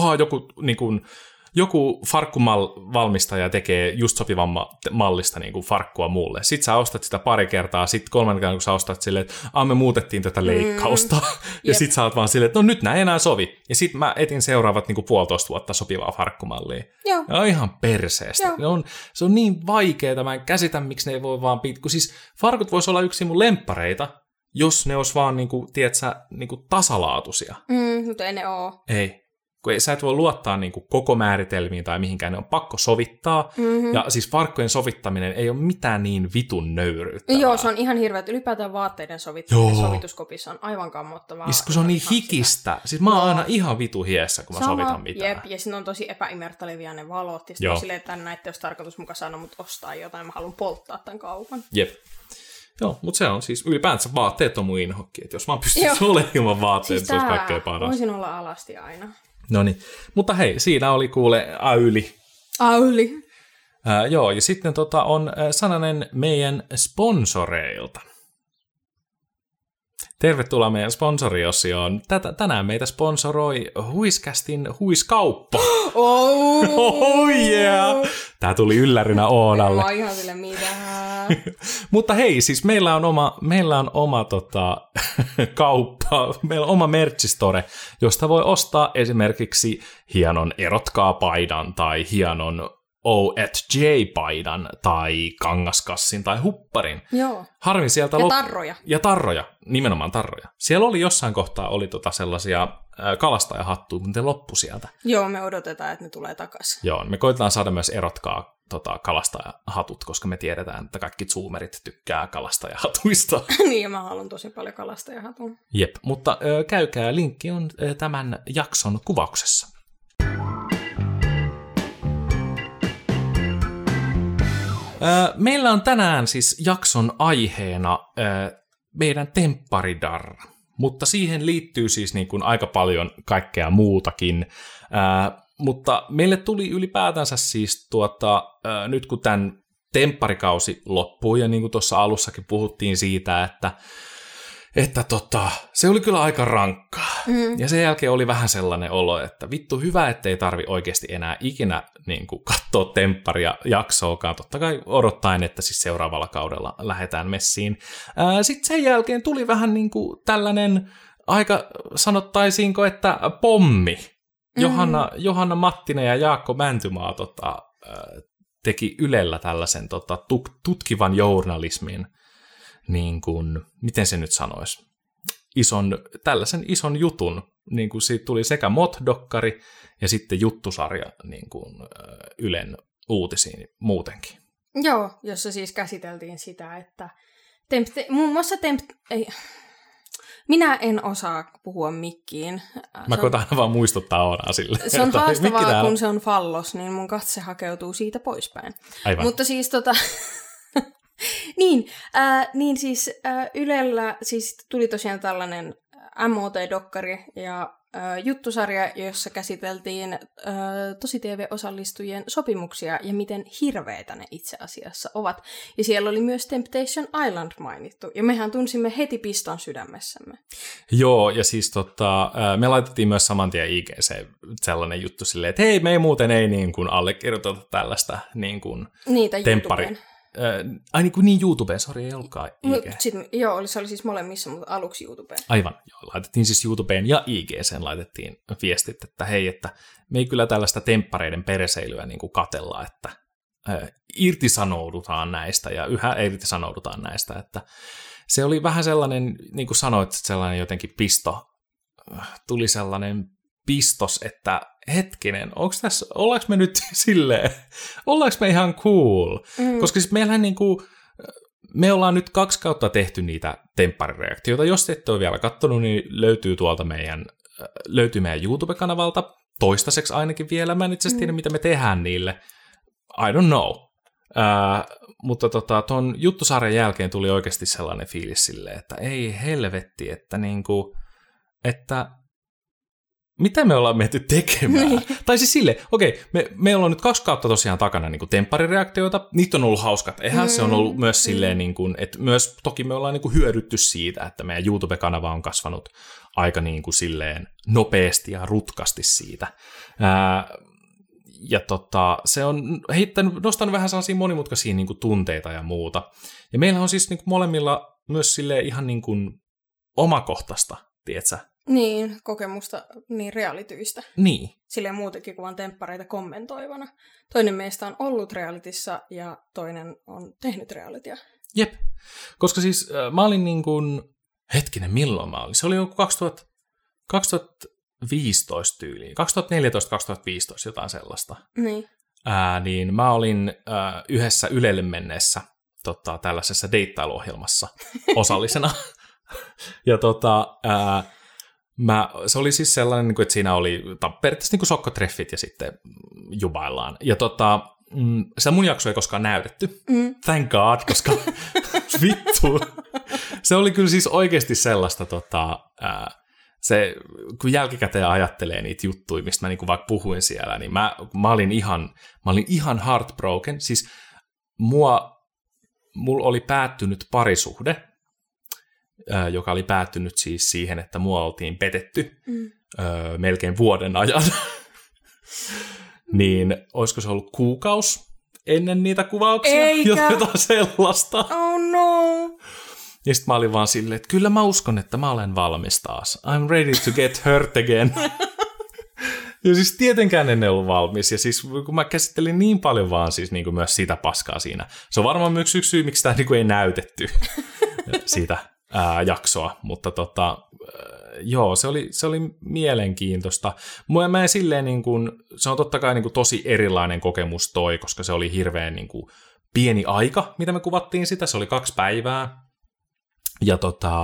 [SPEAKER 1] joku farkkuvalmistaja tekee just sopivan mallista niin kuin farkkua mulle. Sitten sä ostat sitä pari kertaa, sitten kolmannen kerran kun sä ostat silleen, että me muutettiin tätä leikkausta. Ja sitten sä oot vaan silleen, että no nyt nää ei enää sovi. Ja sitten mä etin seuraavat niin kuin 1,5 vuotta sopivaa farkkumallia.
[SPEAKER 2] Joo.
[SPEAKER 1] Ja on ihan perseestä. Se on niin vaikeeta, mä en käsitä, miksi ne ei voi vaan kun siis farkut vois olla yksi mun lemppareita, jos ne olisi vaan, niin kuin, tiedätkö, niin kuin tasalaatuisia.
[SPEAKER 2] Mutta ei ne oo.
[SPEAKER 1] Ei. kun sä et voi luottaa niin kuin koko määritelmiin tai mihinkään, ne on pakko sovittaa. Mm-hmm. Ja siis farkkojen sovittaminen ei ole mitään niin vitun nöyryyttävää.
[SPEAKER 2] Joo, se on ihan hirveä. Ylipäätään vaatteiden sovittaminen sovituskopissa on aivan kammottavaa.
[SPEAKER 1] Ja kun se on niin hikistä. Siis mä oon aina ihan vitu hiessä, kun mä sovitan mitään.
[SPEAKER 2] Jep, ja sitten on tosi epäimertalevia ne valot. Ja sitten on silleen, että näitä olisi tarkoitus mukaan sanoa, mutta ostaa jotain. Mä haluan polttaa tämän kaupan.
[SPEAKER 1] Jep. Joo, mutta se on siis ylipäänsä vaatteet on mun inhokki. Että jos mä pystyisin olemaan ilman vaatteet, siis se olisi kaikkein paras.
[SPEAKER 2] Voisin olla alasti aina.
[SPEAKER 1] Noniin, mutta hei, siinä oli kuule Auli. Joo, ja sitten on sananen meidän sponsoreilta. Tervetuloa meidän sponsoriosioon. Tänään meitä sponsoroi Huiskästin Huiskauppa. Oh yeah! Tää tuli yllärinä Oonalle.
[SPEAKER 2] Mä ihan sille mitään.
[SPEAKER 1] Mutta hei, siis meillä on oma kauppa, meillä on oma merchistore, josta voi ostaa esimerkiksi hienon erotkaa-paidan tai hienon O&J-paidan tai kangaskassin tai hupparin.
[SPEAKER 2] Joo.
[SPEAKER 1] Harmi sieltä
[SPEAKER 2] tarroja.
[SPEAKER 1] Ja tarroja, nimenomaan tarroja. Siellä oli jossain kohtaa sellaisia kalastajahattuja, mutta ne loppu sieltä.
[SPEAKER 2] Joo, me odotetaan, että ne tulee takaisin.
[SPEAKER 1] Joo, me koitetaan saada myös erotkaa kalastajahatut, koska me tiedetään, että kaikki zoomerit tykkää kalastajahatuista.
[SPEAKER 2] Niin, ja mä haluan tosi paljon kalastajahatun.
[SPEAKER 1] Jep, mutta käykää, linkki on tämän jakson kuvauksessa. Meillä on tänään siis jakson aiheena meidän tempparidarra, mutta siihen liittyy siis niin kuin aika paljon kaikkea muutakin. Mutta meille tuli ylipäätänsä siis nyt kun tämän tempparikausi loppuu, ja niin kuin tuossa alussakin puhuttiin siitä, että se oli kyllä aika rankkaa. Mm. Ja sen jälkeen oli vähän sellainen olo, että vittu hyvä, ettei tarvi oikeasti enää ikinä niin kuin katsoa tempparia jaksoakaan. Totta kai odottaen, että siis seuraavalla kaudella lähdetään messiin. Sitten sen jälkeen tuli vähän niin kuin tällainen aika, sanottaisiinko, että pommi. Johanna Mattinen ja Jaakko Mäntymaa teki Ylellä tällaisen tutkivan journalismin, niin kuin, miten se nyt sanoisi, tällaisen ison jutun, niin kuin siitä tuli sekä MOT-dokkari ja sitten juttusarja niin kuin Ylen uutisiin muutenkin.
[SPEAKER 2] Joo, jossa siis käsiteltiin sitä, että muun muassa minä en osaa puhua mikkiin.
[SPEAKER 1] Mä koitan aina vaan muistuttaa Oonaa sille.
[SPEAKER 2] Se on haastavaa, kun se on fallos, niin mun katse hakeutuu siitä poispäin.
[SPEAKER 1] Aivan.
[SPEAKER 2] Mutta siis niin siis Ylellä siis tuli tosiaan tällainen MOT-dokkari ja juttusarja, jossa käsiteltiin Tosi-TV-osallistujien sopimuksia ja miten hirveitä ne itse asiassa ovat. Ja siellä oli myös Temptation Island mainittu, ja mehän tunsimme heti piston sydämessämme. Joo, ja siis
[SPEAKER 1] me laitettiin myös saman tien IGC sellainen juttu silleen, että hei, me ei muuten niin kuin allekirjoiteta tällaista niin kuin temppari. Niin YouTubeen, sori, ei ollutkaan IG.
[SPEAKER 2] Joo, se oli siis molemmissa, mutta aluksi YouTubeen.
[SPEAKER 1] Aivan, joo, laitettiin siis YouTubeen ja IGCen laitettiin viestit, että hei, että me ei kyllä tällaista temppareiden perseilyä niin kuin katella, että irtisanoudutaan näistä ja yhä irtisanoudutaan näistä, että se oli vähän sellainen, niin kuin sanoit, sellainen jotenkin tuli sellainen pistos, että hetkinen, ollaanko me nyt silleen, ollaanko me ihan cool? Koska siis meillähän niinku, me ollaan nyt 2 kautta tehty niitä tempparireaktioita. Jos ette ole vielä katsonut, niin löytyy meidän YouTube-kanavalta, toistaiseksi ainakin vielä. Mä en itse asiassa tiedä, mitä me tehdään niille. I don't know. Mutta ton juttusarjan jälkeen tuli oikeasti sellainen fiilis silleen, että ei helvetti, että niinku, että mitä me ollaan menty tekemään? Niin. Tai siis silleen, okei, meillä on nyt 2 kautta tosiaan takana niin kuin tempparireaktioita, niitä on ollut hauskat. Eihän se on ollut myös silleen, niin kuin, että myös toki me ollaan niin kuin hyödytty siitä, että meidän YouTube-kanava on kasvanut aika niin kuin silleen nopeasti ja rutkasti siitä. Ja se on nostanut vähän sellaisia monimutkaisia niin kuin tunteita ja muuta. Ja meillä on siis niin kuin molemmilla myös silleen ihan niin kuin omakohtaista, tietsä?
[SPEAKER 2] Niin, kokemusta niin realityistä.
[SPEAKER 1] Niin.
[SPEAKER 2] Silleen muutenkin kuin vaan temppareita kommentoivana. Toinen meistä on ollut realitissa ja toinen on tehnyt realityä.
[SPEAKER 1] Jep. Koska siis mä olin niin kuin, hetkinen, milloin mä olin? Se oli joku 2000 2015 tyyliin, 2014-2015 jotain sellaista.
[SPEAKER 2] Niin.
[SPEAKER 1] Niin mä olin yhdessä Ylelle menneessä tällaisessa deittailuohjelmassa osallisena. Ja se oli siis sellainen, että siinä oli periaatteessa niin kuin sokkotreffit ja sitten jubaillaan. Ja se mun jakso ei koskaan näytetty. Thank God, koska vittu. Se oli kyllä siis oikeasti sellaista, kun jälkikäteen ajattelee niitä juttuja, mistä mä niinku vaikka puhuin siellä, niin mä olin ihan heartbroken. Siis mulla oli päättynyt parisuhde, joka oli päättynyt siis siihen, että mua oltiin petetty melkein vuoden ajan. Niin olisiko se ollut kuukausi ennen niitä kuvauksia? Jotain sellaista.
[SPEAKER 2] Oh no!
[SPEAKER 1] Ja sitten mä olin vaan silleen, että kyllä mä uskon, että mä olen valmis taas. I'm ready to get hurt again. Ja siis tietenkään en ollut valmis. Ja siis kun mä käsittelin niin paljon vaan siis niin kuin myös sitä paskaa siinä. Se on varmaan myös yksi syy, miksi tämä niin kuin ei näytetty siitä jaksoa. Mutta joo, se oli mielenkiintoista. Mä en silleen niin kuin, se on totta kai niin kuin tosi erilainen kokemus koska se oli hirveän niin kuin pieni aika, mitä me kuvattiin sitä. Se oli 2 päivää. Ja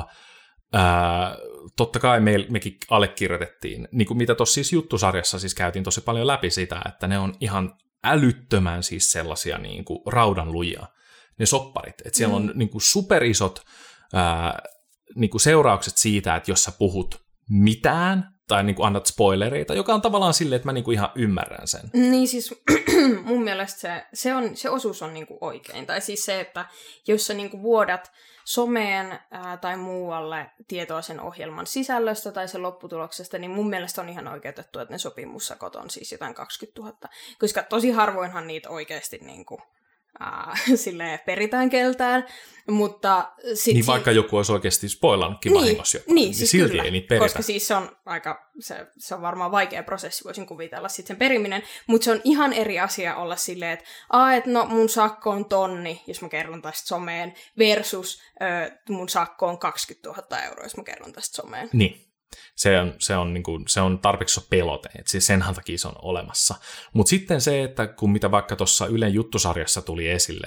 [SPEAKER 1] totta kai mekin allekirjoitettiin, niin kuin mitä tuossa siis juttusarjassa siis käytiin tosi paljon läpi sitä, että ne on ihan älyttömän siis sellaisia niin kuin raudanlujia, ne sopparit. Että siellä on niin kuin superisot niin kuin seuraukset siitä, että jos sä puhut mitään tai niin kuin annat spoilereita, joka on tavallaan silleen, että mä niin kuin ihan ymmärrän sen.
[SPEAKER 2] Niin siis mun mielestä se osuus on niin kuin oikein. Tai siis se, että jos sä niin kuin vuodat someen tai muualle tietoa sen ohjelman sisällöstä tai sen lopputuloksesta, niin mun mielestä on ihan oikeutettu, että ne sopimussakot on siis jotain 20 000. Koska tosi harvoinhan niitä oikeasti niin kuin, silleen peritään keltään, mutta
[SPEAKER 1] niin vaikka joku olisi oikeasti spoilannutkin vahingossa jotain, niin siis silti kyllä, ei niitä peritä.
[SPEAKER 2] Koska siis se on se on varmaan vaikea prosessi, voisin kuvitella sitten sen periminen, mutta se on ihan eri asia olla silleen, että no mun sakko on 1 000, jos mä kerron tästä someen, versus mun sakko on 20 000 euroa, jos mä kerron tästä someen. Niin.
[SPEAKER 1] Se on tarpeeksi pelote, että siis sen takia se on olemassa. Mutta sitten se, että kun mitä vaikka tuossa Ylen juttusarjassa tuli esille,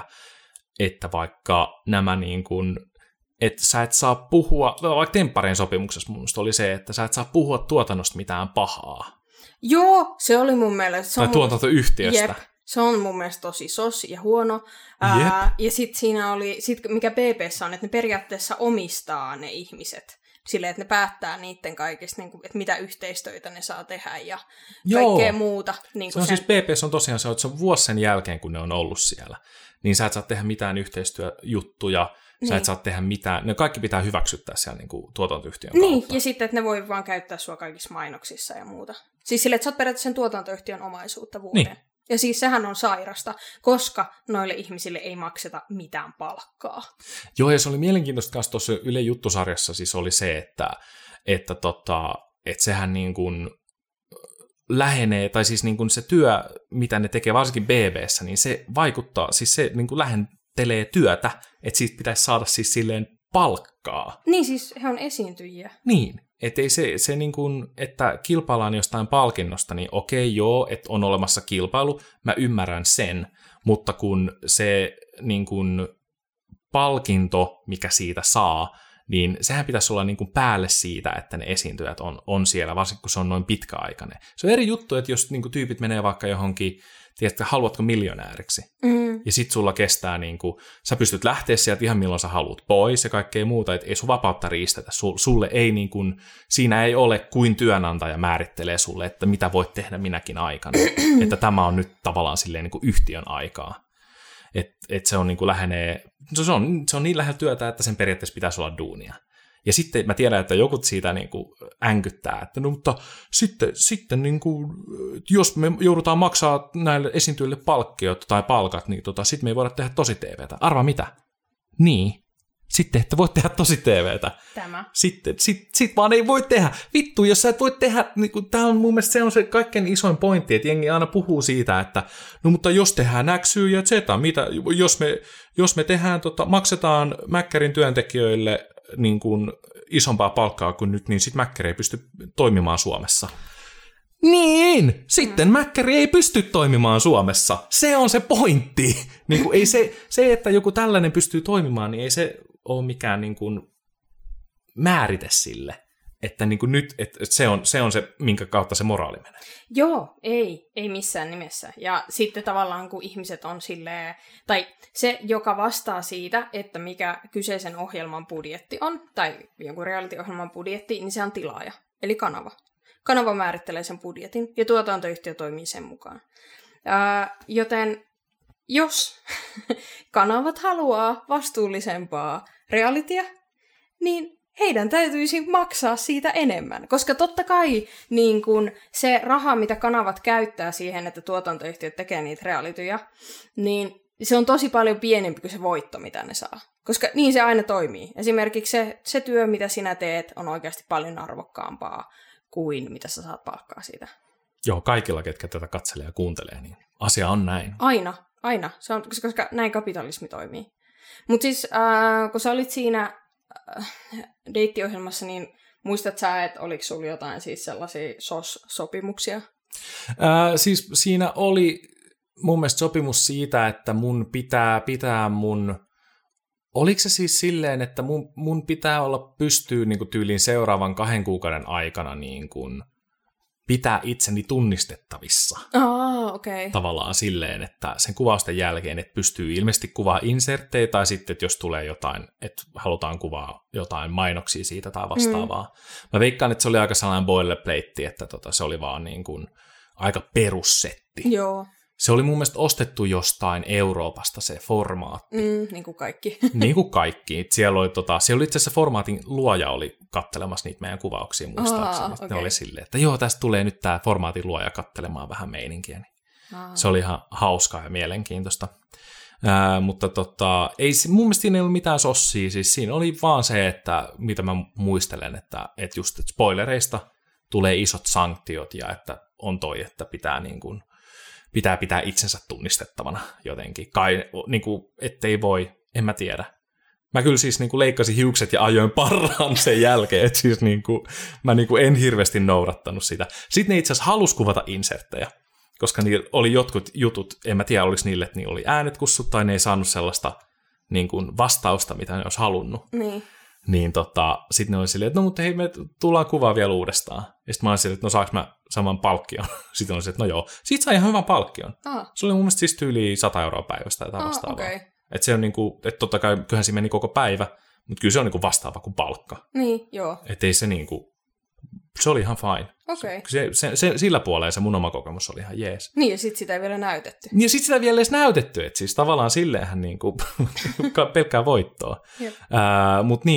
[SPEAKER 1] että vaikka nämä niin kuin, että sä et saa puhua, vaikka Temppareen sopimuksessa mun mielestä oli se, että sä et saa puhua tuotannosta mitään pahaa.
[SPEAKER 2] Joo, se oli mun mielestä.
[SPEAKER 1] Tai tuotantoyhtiöstä.
[SPEAKER 2] Jep. Se on mun mielestä tosi sos ja huono. Ja sitten siinä oli, mikä BB:ssä on, että ne periaatteessa omistaa ne ihmiset. Silleen, että ne päättää niiden kaikista, niin kuin, että mitä yhteistöitä ne saa tehdä ja kaikkea muuta. Niin
[SPEAKER 1] se on siis BBS on tosiaan se, että se on vuosi sen jälkeen, kun ne on ollut siellä. Niin sä et saa tehdä mitään yhteistyöjuttuja, sä et saa tehdä mitään, ne kaikki pitää hyväksyttää siellä niin kuin tuotantoyhtiön kautta.
[SPEAKER 2] Niin, ja sitten, että ne voi vaan käyttää sua kaikissa mainoksissa ja muuta. Siis silleen, että sä oot periaatteessa sen tuotantoyhtiön omaisuutta vuoden. Niin. Ja siis sehän on sairasta, koska noille ihmisille ei makseta mitään palkkaa.
[SPEAKER 1] Joo, ja se oli mielenkiintoista kanssa tuossa Yle juttusarjassa siis oli se, että sehän niin kuin lähenee, tai siis niin kuin se työ, mitä ne tekee varsinkin BB:ssä, niin se vaikuttaa, siis se niin kuin lähentelee työtä, että siitä pitäisi saada siis silleen palkkaa.
[SPEAKER 2] Niin, siis he on esiintyjiä.
[SPEAKER 1] Niin. Että ei se niin kuin, että kilpaillaan jostain palkinnosta, niin okei, joo, että on olemassa kilpailu, mä ymmärrän sen, mutta kun se niin kuin palkinto, mikä siitä saa, niin sehän pitäisi olla niin kuin päälle siitä, että ne esiintyjät on siellä, varsinkin kun se on noin pitkäaikainen. Se on eri juttu, että jos niin kuin tyypit menee vaikka johonkin, tiedätkö, haluatko miljonääriksi, ja sit sulla kestää, niin kuin, sä pystyt lähteä sieltä ihan milloin sä haluat pois ja kaikkea muuta, että ei sun vapautta riistetä. Sulle ei niin kuin, siinä ei ole kuin työnantaja määrittelee sulle, että mitä voit tehdä minäkin aikana. Että tämä on nyt tavallaan silleen niin kuin yhtiön aikaa. Että se on niin kuin lähenee, se on niin lähellä työtä, että sen periaatteessa pitäisi olla duunia. Ja sitten mä tiedän, että joku siitä niin kuin änkyttää, että no mutta sitten niin kuin, jos me joudutaan maksaa näille esiintyjille palkkiot tai palkat, niin sitten me ei voida tehdä tosi TVtä. Arvaa mitä? Niin. Sitten, että voit tehdä tosi TVtä.
[SPEAKER 2] Tämä.
[SPEAKER 1] Sitten vaan ei voi tehdä. Vittu, jos sä et voi tehdä, niin tämä on mun mielestä se on se kaikkein isoin pointti, että jengi aina puhuu siitä, että no mutta jos tehdään X, Y ja Z, mitä, jos me tehdään, maksetaan Mäkkärin työntekijöille niin kuin isompaa palkkaa kuin nyt, niin sitten Mäkkäri ei pysty toimimaan Suomessa. Niin! Sitten Mäkkäri ei pysty toimimaan Suomessa. Se on se pointti. Niin kuin ei se, että joku tällainen pystyy toimimaan, niin ei se ole mikään niin kuin määrite sille. Että niin kuin nyt, että se on se, minkä kautta se moraali menee.
[SPEAKER 2] Joo, ei missään nimessä. Ja sitten tavallaan kun ihmiset on silleen, tai se, joka vastaa siitä, että mikä kyseisen ohjelman budjetti on, tai jonkun reality-ohjelman budjetti, niin se on tilaaja, eli kanava. Kanava määrittelee sen budjetin, ja tuotantoyhtiö toimii sen mukaan. Joten jos kanavat haluaa vastuullisempaa realitya, niin heidän täytyisi maksaa siitä enemmän. Koska totta kai niin kun se raha, mitä kanavat käyttää siihen, että tuotantoyhtiöt tekee niitä realityjä, niin se on tosi paljon pienempi kuin se voitto, mitä ne saa. Koska niin se aina toimii. Esimerkiksi se työ, mitä sinä teet, on oikeasti paljon arvokkaampaa kuin mitä sä saat palkkaa siitä.
[SPEAKER 1] Joo, kaikilla, ketkä tätä katselee ja kuuntelee, niin asia on näin.
[SPEAKER 2] Aina. Se on, koska näin kapitalismi toimii. Mutta siis, kun sä olit siinä deittiohjelmassa, niin muistat sä, että oliko sulla jotain siis sellaisia SOS-sopimuksia?
[SPEAKER 1] Siis siinä oli mun mielestä sopimus siitä, että mun pitää mun... Oliko se siis silleen, että mun pitää olla pystyä niin kuin tyyliin seuraavan 2 kuukauden aikana niin kuin pitää itseni tunnistettavissa.
[SPEAKER 2] Okay.
[SPEAKER 1] Tavallaan silleen, että sen kuvausten jälkeen, että pystyy ilmeisesti kuvaa inserttejä, tai sitten, että jos tulee jotain, että halutaan kuvaa jotain mainoksia siitä tai vastaavaa. Mä veikkaan, että se oli aika sellainen boilerplate, että se oli vaan niin kuin aika perussetti.
[SPEAKER 2] Joo.
[SPEAKER 1] Se oli mun mielestä ostettu jostain Euroopasta se formaatti.
[SPEAKER 2] Niin kuin kaikki.
[SPEAKER 1] Niin kuin kaikki. Siellä oli itse asiassa formaatin luoja oli kattelemassa niitä meidän kuvauksia muistaakseni. Okay. Ne oli silleen, että joo, tästä tulee nyt tämä formaatin luoja kattelemaan vähän meininkiä. Se oli ihan hauskaa ja mielenkiintoista. Mutta mun mielestä siinä ei ollut mitään sossia. Siis siinä oli vaan se, että mitä mä muistelen, että just että spoilereista tulee isot sanktiot ja että on että pitää niin kuin pitää itsensä tunnistettavana jotenkin. Kai, niin kuin, ettei voi, en mä tiedä. Mä kyllä siis niin kuin leikkasin hiukset ja ajoin parhaan sen jälkeen, että siis niin kuin, mä niin kuin en hirveästi noudattanut sitä. Sitten ne itse asiassa halusi kuvata inserttejä, koska niillä oli jotkut jutut, en mä tiedä oliko niille, että niillä oli äänet kussut tai ne ei saanut sellaista niin kuin vastausta, mitä ne olisi halunnut. Niin sitten ne oli silleen, että no mutta hei, me tullaan kuvaa vielä uudestaan. Ja sitten mä olin silleen, että no saanko mä saman palkkion? Sitten oli silleen, että no joo. Siitä sai ihan hyvän palkkion. Se oli mun mielestä siis tyyli 100 euroa päivästä tai vastaavaa. Okay. Että se on niinku, että totta kai kyllähän siinä meni koko päivä, mutta kyllä se on niinku vastaava kuin palkka.
[SPEAKER 2] Niin, joo.
[SPEAKER 1] Että ei se niinku, se oli ihan fine.
[SPEAKER 2] Okei.
[SPEAKER 1] Sillä puolella se mun oma kokemus oli ihan jees.
[SPEAKER 2] Niin, ja sitten sitä ei vielä näytetty.
[SPEAKER 1] Niin, ja sitten sitä vielä edes näytetty, että siis tavallaan silleenhän niinku pelkkää voittoa. Mutta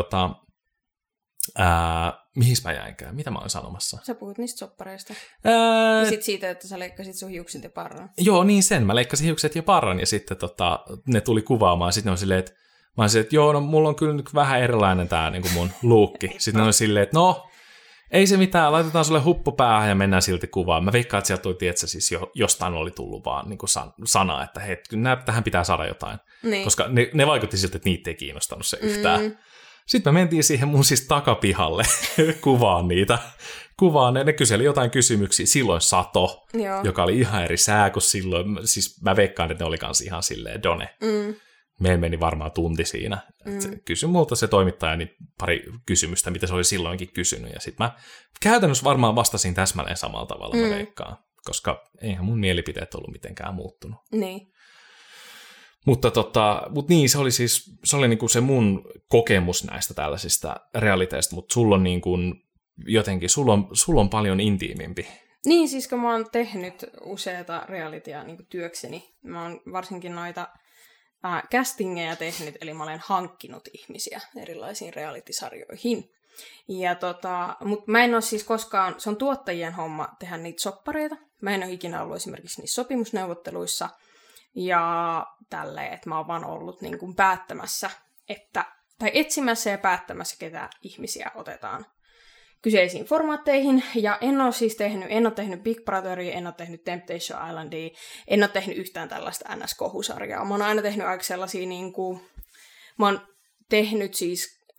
[SPEAKER 1] mihin mä jäinkään? Mitä mä oon sanomassa?
[SPEAKER 2] Sä puhut niistä soppareista. Ja sitten siitä, että sä leikkasit sun hiukset ja parran.
[SPEAKER 1] Joo, niin sen. Mä leikkasin hiukset ja parran, ja sitten ne tuli kuvaamaan. Sitten ne on silleen, että mä oon silleen, että joo, no mulla on kyllä nyt vähän erilainen tää niin kuin mun luukki. Sitten ne on silleen, että no, ei se mitään, laitetaan sulle huppu päähän ja mennään silti kuvaan. Mä veikkaan, että sieltä tuli, että siis jostain oli tullut vaan niin kuin sana, että hei, tähän pitää saada jotain. Niin. Koska ne vaikutti siltä, että niitä ei kiinnostanut se yhtään. Sitten me mentiin siihen mun siis takapihalle kuvaan niitä. Ne kyseli jotain kysymyksiä. Silloin sato, joka oli ihan eri sää kuin silloin. Siis mä veikkaan, että ne oli kans ihan silleen done. Meillä meni varmaan tunti siinä. Kysyi multa se toimittaja niin pari kysymystä, mitä se oli silloinkin kysynyt. Ja sitten mä käytännössä varmaan vastasin täsmälleen samalla tavalla, mä veikkaan. Koska eihän mun mielipiteet ollut mitenkään muuttunut.
[SPEAKER 2] Niin.
[SPEAKER 1] Mutta niin, se oli niinku se mun kokemus näistä tällaisista realiteista, mutta sulla on niinku jotenkin, sulla on paljon intiimimpi.
[SPEAKER 2] Niin, siis kun mä oon tehnyt useita realitya niinku työkseni, mä oon varsinkin noita castingeja tehnyt, eli mä olen hankkinut ihmisiä erilaisiin reality-sarjoihin. Ja mutta mä en ole siis koskaan, se on tuottajien homma tehdä niitä soppareita. Mä en ole ikinä ollut esimerkiksi niissä sopimusneuvotteluissa. Ja tälleen, että mä oon vaan ollut niin kuin päättämässä, tai etsimässä ja päättämässä, ketä ihmisiä otetaan kyseisiin formaatteihin. Ja en ole tehnyt Big Brotheria, en ole tehnyt Temptation Islandia, en ole tehnyt yhtään tällaista NS-kohusarjaa. Mä oon aina tehnyt aika sellaisia, mä oon tehnyt siis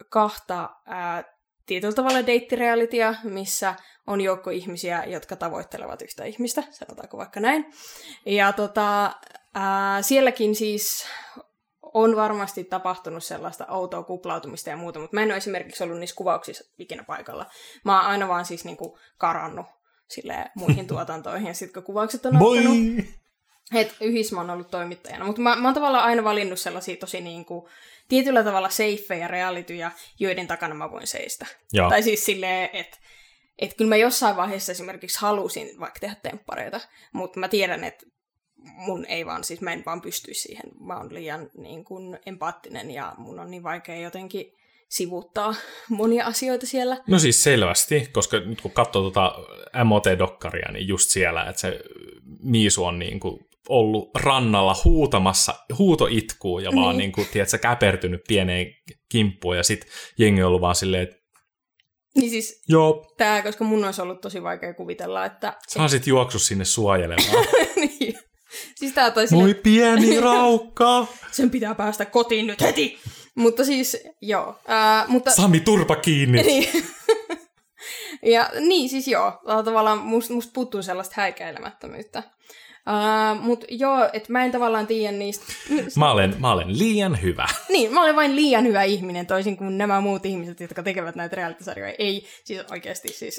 [SPEAKER 2] kahta tietyllä tavalla deittirealitya, missä on joukko ihmisiä, jotka tavoittelevat yhtä ihmistä, sanotaanko vaikka näin. Ja sielläkin siis on varmasti tapahtunut sellaista outoa kuplautumista ja muuta, mutta mä en ole esimerkiksi ollut niissä kuvauksissa ikinä paikalla. Mä oon aina vaan siis niinku karannut muihin tuotantoihin, ja sitten kun kuvaukset on ottanut, että yhdessä mä oon ollut toimittajana. Mutta mä oon tavallaan aina valinnut sellaisia tosi niinku tietyllä tavalla safeja realityjä, joiden takana mä voin seistä. Joo. Tai siis silleen, että kyllä mä jossain vaiheessa esimerkiksi halusin vaikka tehdä temppareita, mutta mä tiedän, että mä en vaan pystyisi siihen. Mä oon liian niin kuin empaattinen ja mun on niin vaikea jotenkin sivuuttaa monia asioita siellä. No
[SPEAKER 1] siis selvästi, koska nyt kun katsoo tuota MOT-dokkaria, niin just siellä, että se Miisu on niin kuin ollut rannalla huutamassa huutoitkuun ja vaan niin kuin, tiedätkö, käpertynyt pieneen kimppuun ja sit jengi on ollut vaan silleen, että
[SPEAKER 2] niin siis
[SPEAKER 1] joo.
[SPEAKER 2] Koska mun olisi ollut tosi vaikea kuvitella, että
[SPEAKER 1] sä sit juoksu sinne suojelemaan.
[SPEAKER 2] Niin. Siis tää toi
[SPEAKER 1] moi pieni raukka!
[SPEAKER 2] Sen pitää päästä kotiin nyt heti! Mutta siis, joo.
[SPEAKER 1] Sami, turpa kiinni!
[SPEAKER 2] Niin. Ja niin, siis joo. Tavallaan musta puuttuu sellaista häikäilemättömyyttä. Mutta joo, että mä en tavallaan tiedä niistä.
[SPEAKER 1] Mä olen liian hyvä.
[SPEAKER 2] Niin, mä olen vain liian hyvä ihminen, toisin kuin nämä muut ihmiset, jotka tekevät näitä reality-sarjoja. Ei, siis oikeasti siis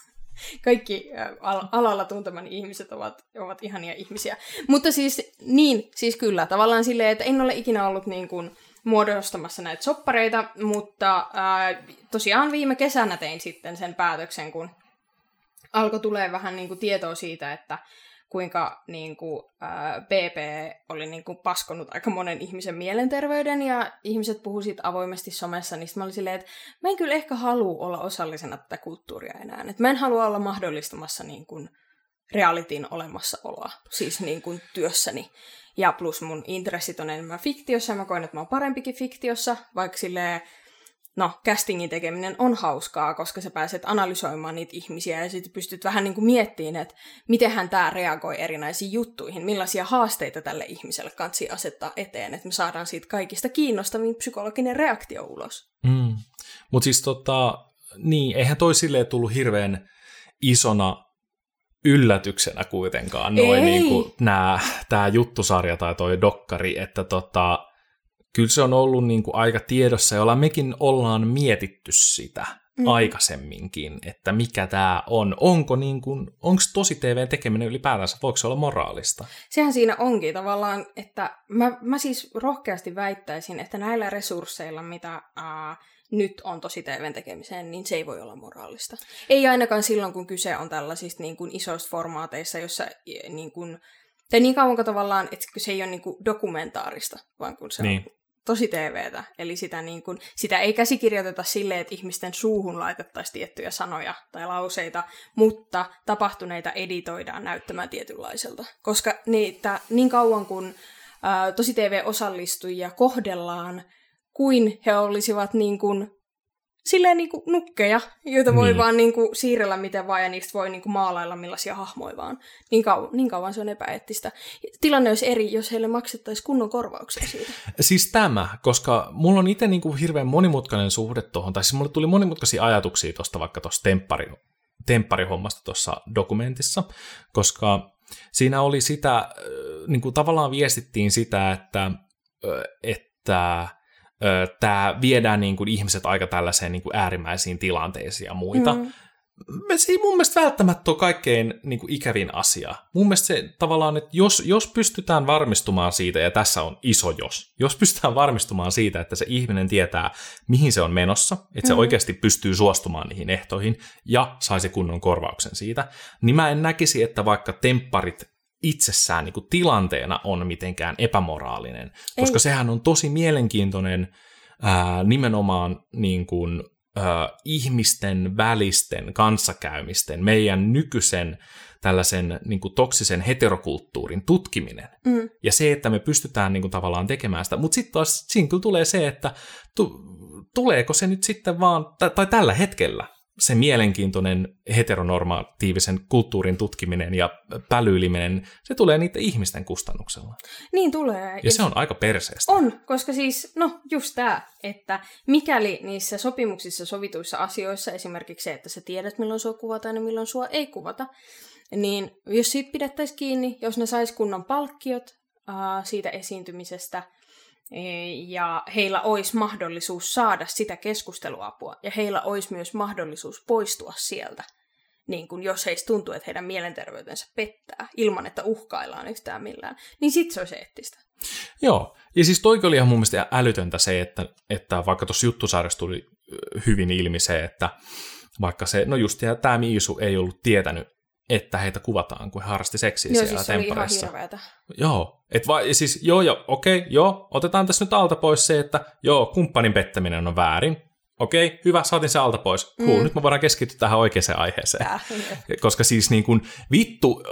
[SPEAKER 2] kaikki alalla tuntemani ihmiset ovat ihania ihmisiä. Mutta siis kyllä, tavallaan silleen, että en ole ikinä ollut niin kuin muodostamassa näitä soppareita, mutta tosiaan viime kesänä tein sitten sen päätöksen, kun alkoi tulee vähän niin kuin tietoa siitä, että kuinka niin kuin, PP oli niin kuin paskonut aika monen ihmisen mielenterveyden, ja ihmiset puhuu siitä avoimesti somessa, niin mä olin silleen, että mä en kyllä ehkä halua olla osallisena tätä kulttuuria enää. Et mä en halua olla mahdollistamassa niin kuin realityn olemassaoloa, siis niin kuin työssäni. Ja plus mun intressit on enemmän fiktiossa, ja mä koen, että mä oon parempikin fiktiossa, vaikka silleen, castingin tekeminen on hauskaa, koska sä pääset analysoimaan niitä ihmisiä ja sitten pystyt vähän niin kuin miettimään, että mitenhän tämä reagoi erinäisiin juttuihin, millaisia haasteita tälle ihmiselle kansi asettaa eteen, että me saadaan siitä kaikista kiinnostavin psykologinen reaktio ulos.
[SPEAKER 1] Mutta siis niin, eihän toi silleen tullut hirveän isona yllätyksenä kuitenkaan, noin niinku tää juttusarja tai toi dokkari, että kyllä se on ollut niin kuin aika tiedossa, jolla mekin ollaan mietitty sitä aikaisemminkin, että mikä tämä on. Onko tosi TV:n tekeminen ylipäätänsä, voiko se olla moraalista?
[SPEAKER 2] Sehän siinä onkin tavallaan, että mä siis rohkeasti väittäisin, että näillä resursseilla, mitä nyt on tosi TV:n tekemiseen, niin se ei voi olla moraalista. Ei ainakaan silloin, kun kyse on tällaisista niin kuin isoista formaateissa, jossa niin kuin, tai niin kauan kuin tavallaan, että se ei ole niin kuin dokumentaarista, vaan kun se on tosi TV:tä. Eli sitä ei käsikirjoiteta silleen, että ihmisten suuhun laitettaisiin tiettyjä sanoja tai lauseita, mutta tapahtuneita editoidaan näyttämään tietynlaiselta. Koska niin kauan kun tosi TV-osallistujia kohdellaan, kuin he olisivat silleen nukkeja, joita voi vaan siirrellä miten vaan, ja niistä voi maalailla millaisia hahmoja vaan. Niin kauan se on epäeettistä. Tilanne olisi eri, jos heille maksettaisiin kunnon korvauksia siitä.
[SPEAKER 1] Siis tämä, koska mulla on itse hirveän monimutkainen suhde tuohon, tai siis mulle tuli monimutkaisia ajatuksia tuosta vaikka tuosta tempparihommasta tuossa dokumentissa, koska siinä oli sitä, tavallaan viestittiin sitä, että tämä viedään ihmiset aika tällaiseen äärimmäisiin tilanteisiin ja muita. Se ei mun mielestä välttämättä ole kaikkein ikävin asia. Mun mielestä se tavallaan, että jos pystytään varmistumaan siitä, ja tässä on iso jos pystytään varmistumaan siitä, että se ihminen tietää, mihin se on menossa, että se oikeasti pystyy suostumaan niihin ehtoihin, ja saisi kunnon korvauksen siitä, niin mä en näkisi, että vaikka tempparit itsessään tilanteena on mitenkään epämoraalinen, koska sehän on tosi mielenkiintoinen nimenomaan ihmisten välisten kanssakäymisten, meidän nykyisen tällaisen toksisen heterokulttuurin tutkiminen. Ja se, että me pystytään tavallaan tekemään sitä, mutta sitten taas siinä kyllä tulee se, että tuleeko se nyt sitten vaan, tai tällä hetkellä, se mielenkiintoinen heteronormatiivisen kulttuurin tutkiminen ja pälyiliminen, se tulee niiden ihmisten kustannuksella.
[SPEAKER 2] Niin tulee.
[SPEAKER 1] Ja se on aika perseestä.
[SPEAKER 2] On, koska siis, just tämä, että mikäli niissä sopimuksissa sovituissa asioissa, esimerkiksi se, että sä tiedät milloin sua kuvataan ja milloin sua ei kuvata, niin jos siitä pidettäisiin kiinni, jos ne sais kunnon palkkiot siitä esiintymisestä, ja heillä olisi mahdollisuus saada sitä keskusteluapua, ja heillä olisi myös mahdollisuus poistua sieltä, niin kun jos heistä tuntuu, että heidän mielenterveytensä pettää, ilman että uhkaillaan yhtään millään, niin sit se olisi eettistä.
[SPEAKER 1] Joo, ja siis toikin oli ihan mun mielestä älytöntä se, että vaikka tuossa juttusarjassa tuli hyvin ilmi se, että vaikka se, tämä Miisu ei ollut tietänyt, että heitä kuvataan, kun he harrasti seksiä siellä temppareissa.
[SPEAKER 2] Joo, siis se oli ihan hirveätä.
[SPEAKER 1] Joo, otetaan tässä nyt alta pois se, että kumppanin pettäminen on väärin. Okei, hyvä, saatiin se alta pois. Cool, nyt me voidaan keskittyä tähän oikeaan aiheeseen. Koska siis niin kuin, vittu,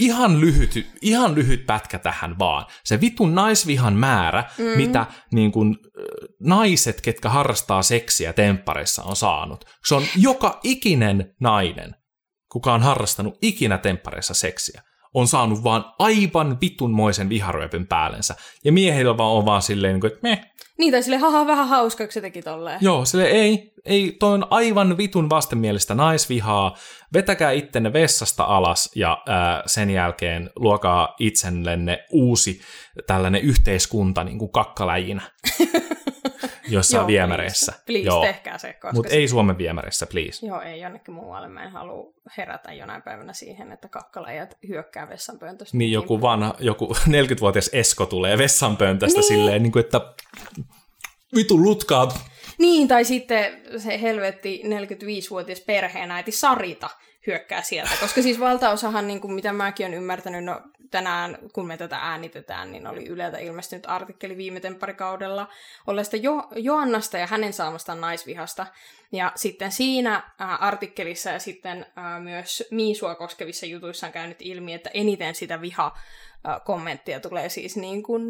[SPEAKER 1] ihan lyhyt pätkä tähän vaan. Se vitun naisvihan määrä, mitä niin kuin, naiset, ketkä harrastaa seksiä temppareissa on saanut. Se on joka ikinen nainen, kuka on harrastanut ikinä temppareissa seksiä, on saanut vaan aivan vitunmoisen viharyöpyn päällensä. Ja miehillä on vaan silleen, että meh.
[SPEAKER 2] Niin, tai silleen, vähän hauska, kun se teki tolleen.
[SPEAKER 1] Joo, silleen ei, toi on aivan vitun vastenmielistä naisvihaa. Vetäkää ittenne vessasta alas ja sen jälkeen luokaa itsellenne uusi tällainen yhteiskunta niin kuin kakkaläjinä. Jossain viemäreissä.
[SPEAKER 2] Please, tehkää se.
[SPEAKER 1] Mutta ei Suomen viemäreissä, please.
[SPEAKER 2] Joo, ei jonnekin muualle. Mä en halua herätä jonain päivänä siihen, että kakkalajat hyökkää vessanpöntöstä.
[SPEAKER 1] Niin, joku 40-vuotias Esko tulee vessanpöntöstä silleen, niin kuin, että vitun lutkaat.
[SPEAKER 2] Niin, tai sitten se helvetti 45-vuotias perheenäiti Sarita hyökkää sieltä. Koska siis valtaosahan, niin kuin mitä mäkin olen ymmärtänyt, tänään kun me tätä äänitetään, niin oli Yleltä ilmestynyt artikkeli viime tempparikaudella olleesta Joannasta ja hänen saamastaan naisvihasta. Ja sitten siinä artikkelissa ja sitten myös Miisua koskevissa jutuissa on käynyt ilmi, että eniten sitä kommenttia tulee siis niin kuin,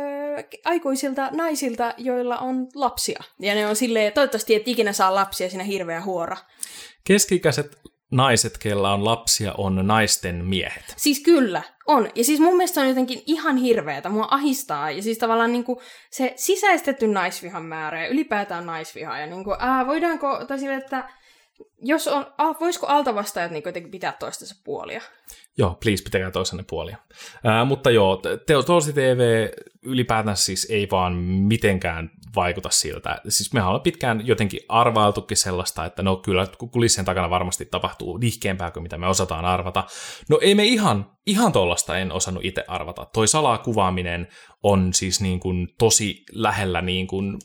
[SPEAKER 2] aikuisilta naisilta, joilla on lapsia. Ja ne on silleen, toivottavasti et ikinä saa lapsia, siinä hirveä huora.
[SPEAKER 1] Keski-ikäiset naiset, kella on lapsia, on naisten miehet.
[SPEAKER 2] Siis kyllä, on. Ja siis mun mielestä on jotenkin ihan hirveätä, mua ahistaa. Ja siis tavallaan niinku se sisäistetty naisvihan määrä ja ylipäätään naisviha. Ja niinku, voidaanko, tai sille, että jos on, voisiko altavastaajat niinku jotenkin pitää toistensa puolia?
[SPEAKER 1] Joo, please, pitäkää toisenne puolia. Mutta joo, Tosi TV ylipäätään siis ei vaan mitenkään vaikuta siltä. Siis mehän ollaan pitkään jotenkin arvailtukin sellaista, että no kyllä kulissien takana varmasti tapahtuu nihkeämpää kuin mitä me osataan arvata. No ei me ihan tollaista en osannut itse arvata. Toi salakuvaaminen on siis niin kuin tosi lähellä niin kuin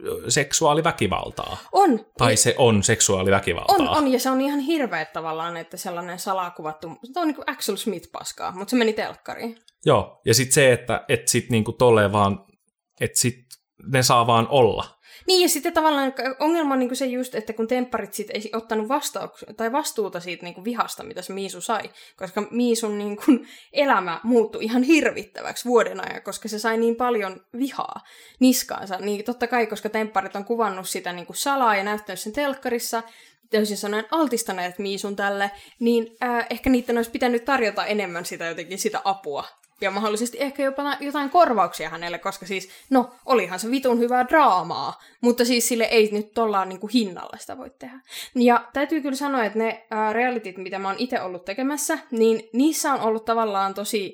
[SPEAKER 1] seksuaaliväkivaltaa.
[SPEAKER 2] On.
[SPEAKER 1] Tai se on seksuaaliväkivaltaa.
[SPEAKER 2] On, ja se on ihan hirveä tavallaan, että sellainen salakuvattu, se on niin kuin Axel Smith-paskaa, mutta se meni telkkariin.
[SPEAKER 1] Joo, ja sitten se, että sit niinku tolleen vaan, että sit ne saa vaan olla.
[SPEAKER 2] Niin, ja sitten tavallaan ongelma on niinku se just, että kun tempparit sit ei ottanut vastuuta siitä niinku vihasta, mitä se Miisu sai, koska Miisun niinku elämä muuttui ihan hirvittäväksi vuoden ajan, koska se sai niin paljon vihaa niskaansa. Niin totta kai, koska tempparit on kuvannut sitä niinku salaa ja näyttänyt sen telkkarissa, toisin sanoen altistaneet Miisun tälle, niin ehkä niiden olisi pitänyt tarjota enemmän sitä apua. Ja mahdollisesti ehkä jopa jotain korvauksia hänelle, koska siis, olihan se vitun hyvää draamaa, mutta siis sille ei nyt tollaan niinku hinnalla sitä voi tehdä. Ja täytyy kyllä sanoa, että ne realityt, mitä mä oon itse ollut tekemässä, niin niissä on ollut tavallaan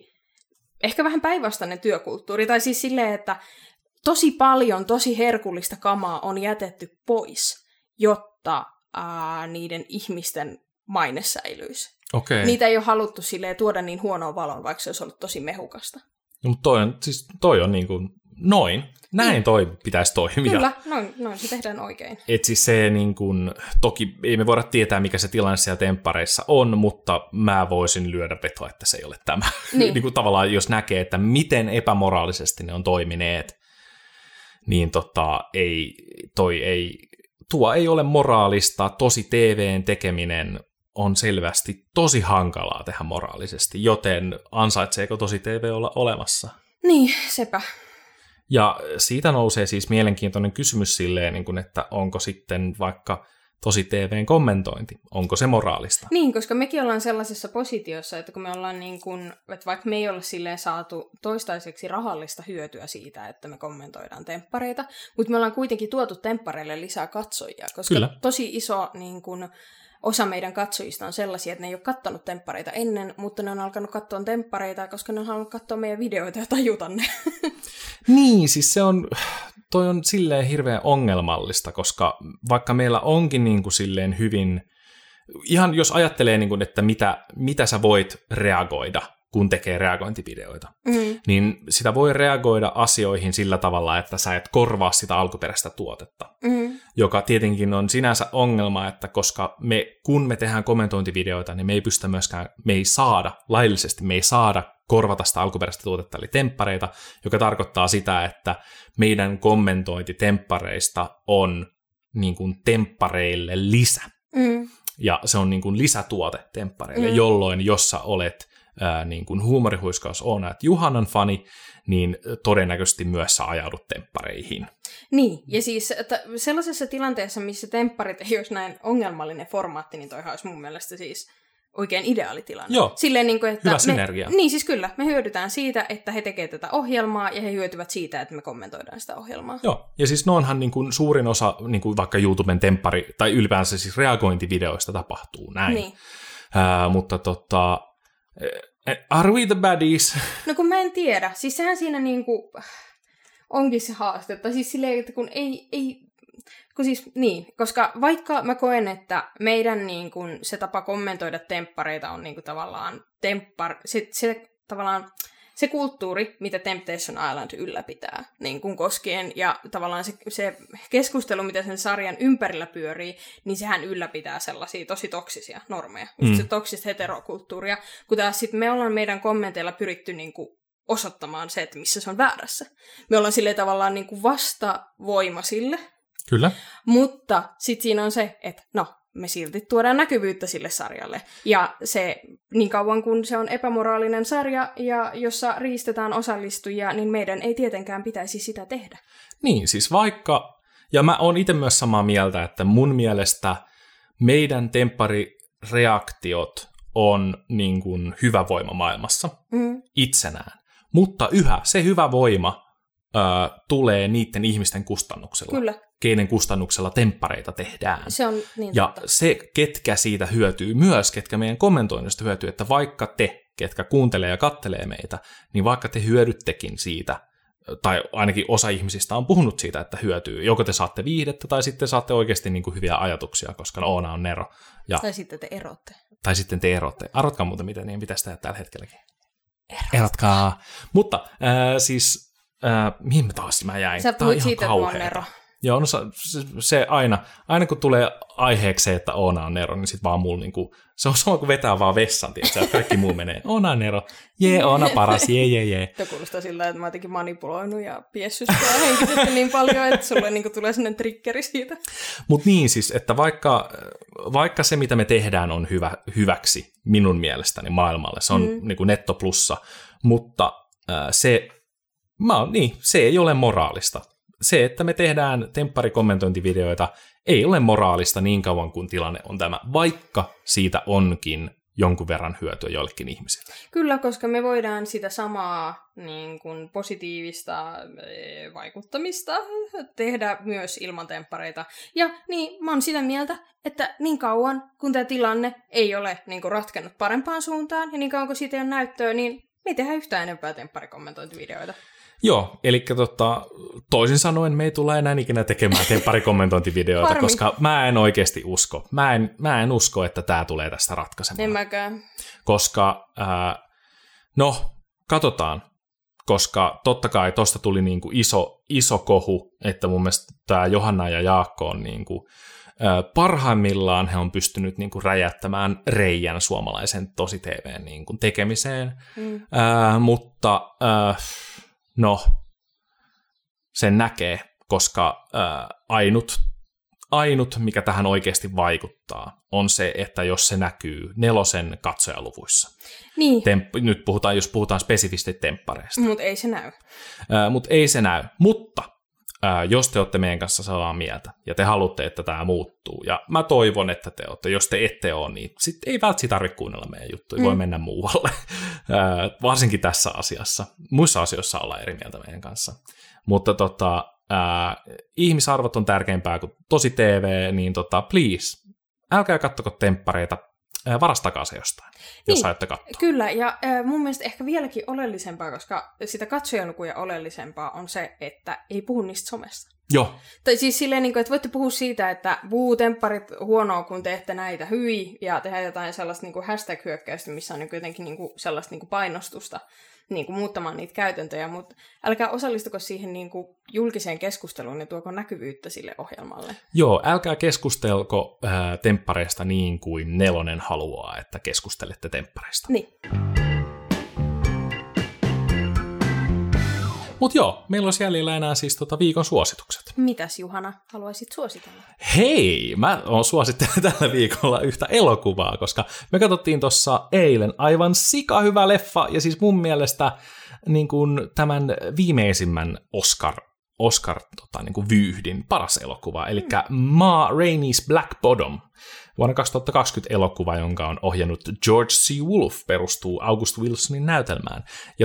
[SPEAKER 2] ehkä vähän päinvastainen työkulttuuri, tai siis silleen, että tosi paljon, tosi herkullista kamaa on jätetty pois, jotta niiden ihmisten maine säilyisi.
[SPEAKER 1] Okay.
[SPEAKER 2] Niitä ei ole haluttu silleen tuoda niin huonoon valoon, vaikka se olisi ollut tosi mehukasta.
[SPEAKER 1] No, mutta toi on niin kuin noin. Näin toi pitäisi toimia.
[SPEAKER 2] Kyllä, noin se tehdään oikein.
[SPEAKER 1] Et siis se niin kuin, toki ei me voida tietää, mikä se tilanne siellä temppareissa on, mutta mä voisin lyödä vetoa, että se ei ole tämä.
[SPEAKER 2] Niin.
[SPEAKER 1] Niin kuin tavallaan jos näkee, että miten epämoraalisesti ne on toimineet, niin tuo ei ole moraalista. Tosi TVn tekeminen on selvästi tosi hankalaa tehdä moraalisesti, joten ansaitseeko Tosi TV olla olemassa?
[SPEAKER 2] Niin, sepä.
[SPEAKER 1] Ja siitä nousee siis mielenkiintoinen kysymys silleen, että onko sitten vaikka tosi TV:n kommentointi. Onko se moraalista?
[SPEAKER 2] Niin, koska mekin ollaan sellaisessa positiossa, että kun me ollaan niin kuin, että vaikka me ei olla silleen saatu toistaiseksi rahallista hyötyä siitä, että me kommentoidaan temppareita, mutta me ollaan kuitenkin tuotu temppareille lisää katsojia, koska
[SPEAKER 1] Kyllä.
[SPEAKER 2] tosi iso niin kuin, osa meidän katsojista on sellaisia, että ne ei ole kattonut temppareita ennen, mutta ne on alkanut katsoa temppareita, koska ne on halunnut katsoa meidän videoita ja tajuta ne.
[SPEAKER 1] Niin, siis toi on silleen hirveän ongelmallista, koska vaikka meillä onkin niin kuin silleen hyvin, ihan jos ajattelee, niin kuin, että mitä sä voit reagoida, kun tekee reagointivideoita, niin sitä voi reagoida asioihin sillä tavalla, että sä et korvaa sitä alkuperäistä tuotetta, joka tietenkin on sinänsä ongelma, että koska kun me tehdään kommentointivideoita, niin me ei saada korvata sitä alkuperäistä tuotetta, eli temppareita, joka tarkoittaa sitä, että meidän kommentointi temppareista on niin kuin temppareille lisä. Ja se on niin kuin lisätuote temppareille, jolloin jos sä olet niin kuin huumorihuiskaus Oona et Juhanan fani, niin todennäköisesti myös sä ajaudut temppareihin.
[SPEAKER 2] Niin, ja siis sellaisessa tilanteessa, missä tempparit ei olisi näin ongelmallinen formaatti, niin toihan olisi mun mielestä siis oikein ideaali tilanne.
[SPEAKER 1] Joo,
[SPEAKER 2] silleen, niin kuin, että
[SPEAKER 1] hyvä synergia.
[SPEAKER 2] Niin siis kyllä, me hyödytään siitä, että he tekevät tätä ohjelmaa, ja he hyötyvät siitä, että me kommentoidaan sitä ohjelmaa.
[SPEAKER 1] Joo, ja siis noinhan niin kuin suurin osa niin kuin vaikka YouTuben temppari, tai ylipäänsä siis reagointivideoista tapahtuu näin. Niin. Mutta are we the baddies?
[SPEAKER 2] No kun mä en tiedä. Siis sehän siinä niinku onkin se haaste. Tai siis silleen, että kun kun siis niin, koska vaikka mä koen, että meidän niinku se tapa kommentoida temppareita on niinku tavallaan se kulttuuri, mitä Temptation Island ylläpitää, niin kuin koskien, ja tavallaan se keskustelu, mitä sen sarjan ympärillä pyörii, niin sehän ylläpitää sellaisia tosi toksisia normeja, se toksista heterokulttuuria, kun taas sitten me ollaan meidän kommenteilla pyritty niin kuin osoittamaan se, että missä se on väärässä. Me ollaan silleen tavallaan niin kuin vastavoima sille. Kyllä. Mutta sitten siinä on se, että me silti tuodaan näkyvyyttä sille sarjalle. Ja se, niin kauan kun se on epämoraalinen sarja, ja jossa riistetään osallistujia, niin meidän ei tietenkään pitäisi sitä tehdä.
[SPEAKER 1] Niin, siis vaikka, ja mä oon itse myös samaa mieltä, että mun mielestä meidän tempparireaktiot on niin kuin hyvä voima maailmassa itsenään. Mutta yhä se hyvä voima tulee niiden ihmisten kustannuksella.
[SPEAKER 2] Kyllä.
[SPEAKER 1] Keiden kustannuksella temppareita tehdään.
[SPEAKER 2] Se on niin
[SPEAKER 1] ja
[SPEAKER 2] totta.
[SPEAKER 1] se, ketkä siitä hyötyy myös, ketkä meidän kommentoinnista hyötyy, että vaikka te, ketkä kuuntelee ja kattelee meitä, niin vaikka te hyödyttekin siitä, tai ainakin osa ihmisistä on puhunut siitä, että hyötyy. Joko te saatte viihdettä, tai sitten saatte oikeasti niin kuin hyviä ajatuksia, koska Oona on Nero.
[SPEAKER 2] Tai sitten te erotte.
[SPEAKER 1] Tai sitten te erotte. Arvatkaa muuten, mitä niin pitäisi tehdä tällä hetkelläkin. Erotkaa. Mutta siis, mihin mä jäin?
[SPEAKER 2] Sä puhuit siitä, että on Nero.
[SPEAKER 1] Joo, no se aina kun tulee aiheeksi se, että Oona on Nero, niin sit vaan mulla niinku, se on sama kuin vetää vaan vessan, tietysti, että kaikki muu menee, Oona on Nero, Oona paras, jee.
[SPEAKER 2] Tuo kuulostaa sillä, että mä oon jotenkin manipuloinut ja piessyt ja henkitetty niin paljon, että sulle niinku tulee sellainen triggeri siitä.
[SPEAKER 1] Mutta niin siis, että vaikka se, mitä me tehdään, on hyväksi minun mielestäni maailmalle, se on niinku nettoplussa, mutta se ei ole moraalista. Se, että me tehdään tempparikommentointivideoita, ei ole moraalista niin kauan kuin tilanne on tämä, vaikka siitä onkin jonkun verran hyötyä joillekin ihmisille.
[SPEAKER 2] Kyllä, koska me voidaan sitä samaa niin kuin positiivista vaikuttamista tehdä myös ilman temppareita. Ja niin, mä oon sitä mieltä, että niin kauan kun tämä tilanne ei ole niin kuin ratkennut parempaan suuntaan, ja niin kauan kun siitä ei ole näyttöä, niin me ei tehdä yhtään enempää tempparikommentointivideoita.
[SPEAKER 1] Joo, eli toisin sanoen me ei tule enää ikinä tekemään tempparikommentointivideoita, koska mä en oikeasti usko. Mä en usko, että tämä tulee tästä ratkaisemaan.
[SPEAKER 2] En mäkään.
[SPEAKER 1] Koska, katsotaan. Koska totta kai tosta tuli niinku iso kohu, että mun mielestä tämä Johanna ja Jaakko on niinku, parhaimmillaan he on pystynyt niinku räjäyttämään reijän suomalaisen tosi-tv:n niinku tekemiseen. Mutta sen näkee, koska ainut, mikä tähän oikeasti vaikuttaa, on se, että jos se näkyy 4 katsojaluvuissa.
[SPEAKER 2] Niin.
[SPEAKER 1] Nyt jos puhutaan spesifisti temppareista.
[SPEAKER 2] Mutta ei se näy.
[SPEAKER 1] Mutta ei se näy. Mutta jos te olette meidän kanssa samaa mieltä ja te haluatte, että tämä muuttuu. Ja mä toivon, että te olette. Jos te ette ole, niin sitten ei välttämättä tarvitse kuunnella meidän juttuja. Voi mennä muualle, varsinkin tässä asiassa. Muissa asioissa ollaan eri mieltä meidän kanssa. Mutta ihmisarvot on tärkeämpää kuin tosi TV, niin please, älkää kattoko temppareita, varastakaa se jostain, jos aiotte katsoa.
[SPEAKER 2] Kyllä, ja mun mielestä ehkä vieläkin oleellisempaa, koska sitä katsojalukuja oleellisempaa on se, että ei puhu niistä somesta.
[SPEAKER 1] Joo.
[SPEAKER 2] Tai siis silleen, että voitte puhua siitä, että tempparit huonoa, kun teette näitä hyi, ja tehdä jotain sellaista hashtag-hyökkäystä, missä on jotenkin sellaista painostusta muuttamaan niitä käytäntöjä, mutta älkää osallistuko siihen julkiseen keskusteluun ja tuoko näkyvyyttä sille ohjelmalle.
[SPEAKER 1] Joo, älkää keskustelko temppareista niin kuin Nelonen haluaa, että keskustelette temppareista.
[SPEAKER 2] Niin.
[SPEAKER 1] Mutta joo, meillä olisi jäljellä enää siis viikon suositukset.
[SPEAKER 2] Mitäs Juhana haluaisit suositella?
[SPEAKER 1] Hei, mä suosittelen tällä viikolla yhtä elokuvaa, koska me katsottiin tuossa eilen aivan sikahyvä leffa, ja siis mun mielestä niin kun tämän viimeisimmän Oscar-vyyhdin paras elokuva, eli Ma Rainey's Black Bottom, vuonna 2020 elokuva, jonka on ohjannut George C. Wolfe, perustuu August Wilsonin näytelmään. Ja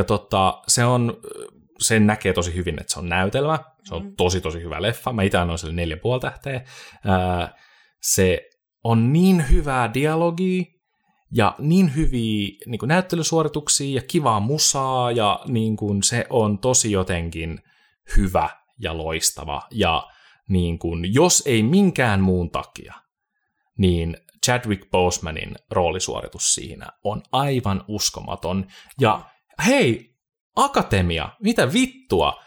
[SPEAKER 1] sen näkee tosi hyvin, että se on näytelmä. Se on tosi, tosi hyvä leffa. Mä itse annoin sille 4,5 tähteä. Se on niin hyvää dialogia ja niin hyviä näyttelysuorituksia ja kivaa musaa ja se on tosi jotenkin hyvä ja loistava. Ja jos ei minkään muun takia, niin Chadwick Bosemanin roolisuoritus siinä on aivan uskomaton. Ja hei, Akatemia, mitä vittua?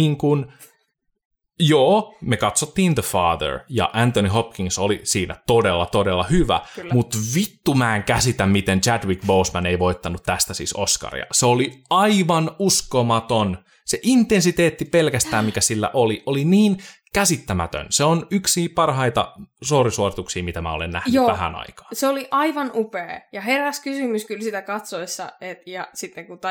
[SPEAKER 1] Joo, me katsottiin The Father, ja Anthony Hopkins oli siinä todella, todella hyvä, mutta vittu mä en käsitä, miten Chadwick Boseman ei voittanut tästä siis Oscaria. Se oli aivan uskomaton. Se intensiteetti pelkästään, mikä sillä oli niin käsittämätön. Se on yksi parhaita suorisuorituksia, mitä mä olen nähnyt vähän aikaa.
[SPEAKER 2] Se oli aivan upea. Ja heräsi kysymys kyllä sitä katsoessa, ja sitten kun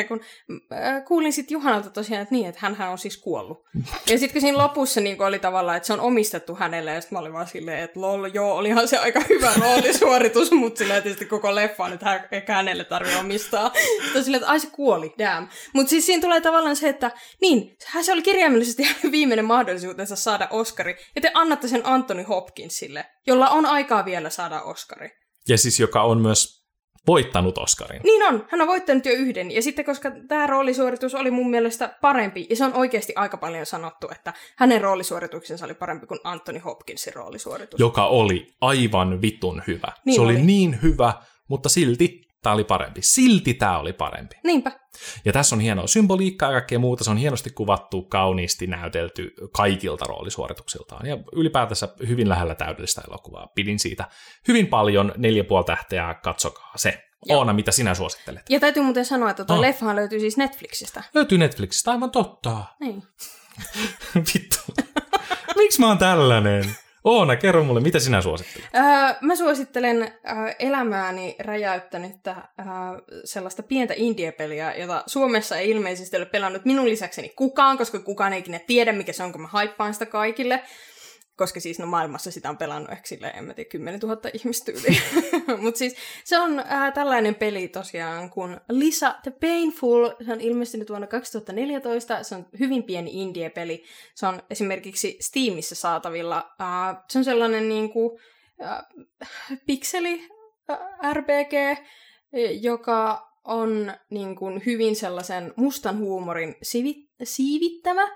[SPEAKER 2] kuulin sitten Juhanalta tosiaan, että hänhän on siis kuollut. Ja sitten kun siinä lopussa oli tavallaan, että se on omistettu hänelle, ja sitten mä olin vaan silleen, että olihan se aika hyvä roolisuoritus, mutta silleen tietysti koko leffa nyt eikä hänelle tarvitse omistaa. Sitten silleen, että se kuoli, damn. Mutta siis siinä tulee tavallaan se, että se oli kirjaimellisesti viimeinen mahdollisuutensa saada Oscari, ja te annatte sen Anthony Hopkinsille, jolla on aikaa vielä saada Oscari.
[SPEAKER 1] Ja siis joka on myös voittanut Oscarin.
[SPEAKER 2] Niin on, hän on voittanut jo yhden, ja sitten koska tämä roolisuoritus oli mun mielestä parempi, ja se on oikeasti aika paljon sanottu, että hänen roolisuorituksensa oli parempi kuin Anthony Hopkinsin roolisuoritus.
[SPEAKER 1] Joka oli aivan vitun hyvä. Niin se oli niin hyvä, mutta silti tämä oli parempi. Silti tämä oli parempi.
[SPEAKER 2] Niinpä.
[SPEAKER 1] Ja tässä on hienoa symboliikkaa ja kaikkea muuta. Se on hienosti kuvattu, kauniisti näytelty kaikilta roolisuorituksiltaan. Ja ylipäätänsä hyvin lähellä täydellistä elokuvaa. Pidin siitä hyvin paljon, 4,5 tähteä, katsokaa se. Joo. Oona, mitä sinä suosittelet?
[SPEAKER 2] Ja täytyy muuten sanoa, että tuo leffahan löytyy siis Netflixistä.
[SPEAKER 1] Löytyy Netflixistä, aivan totta.
[SPEAKER 2] Niin.
[SPEAKER 1] Vittu. Miksi mä oon tällainen? Oona, kerro mulle, mitä sinä suosittelet?
[SPEAKER 2] Mä suosittelen elämääni räjäyttänyttä sellaista pientä indie-peliä, jota Suomessa ei ilmeisesti ole pelannut minun lisäkseni kukaan, koska kukaan ei ikinä tiedä, mikä se on, kun mä haippaan sitä kaikille. Koska siis maailmassa sitä on pelannut ehkä silleen, en mä tiedä, 10 000 ihmistä yli. Mutta siis se on tällainen peli tosiaan kuin Lisa the Painful. Se on ilmestynyt vuonna 2014. Se on hyvin pieni indie-peli. Se on esimerkiksi Steamissa saatavilla. Se on sellainen pikseli RPG, joka on hyvin sellaisen mustan huumorin siivittävä.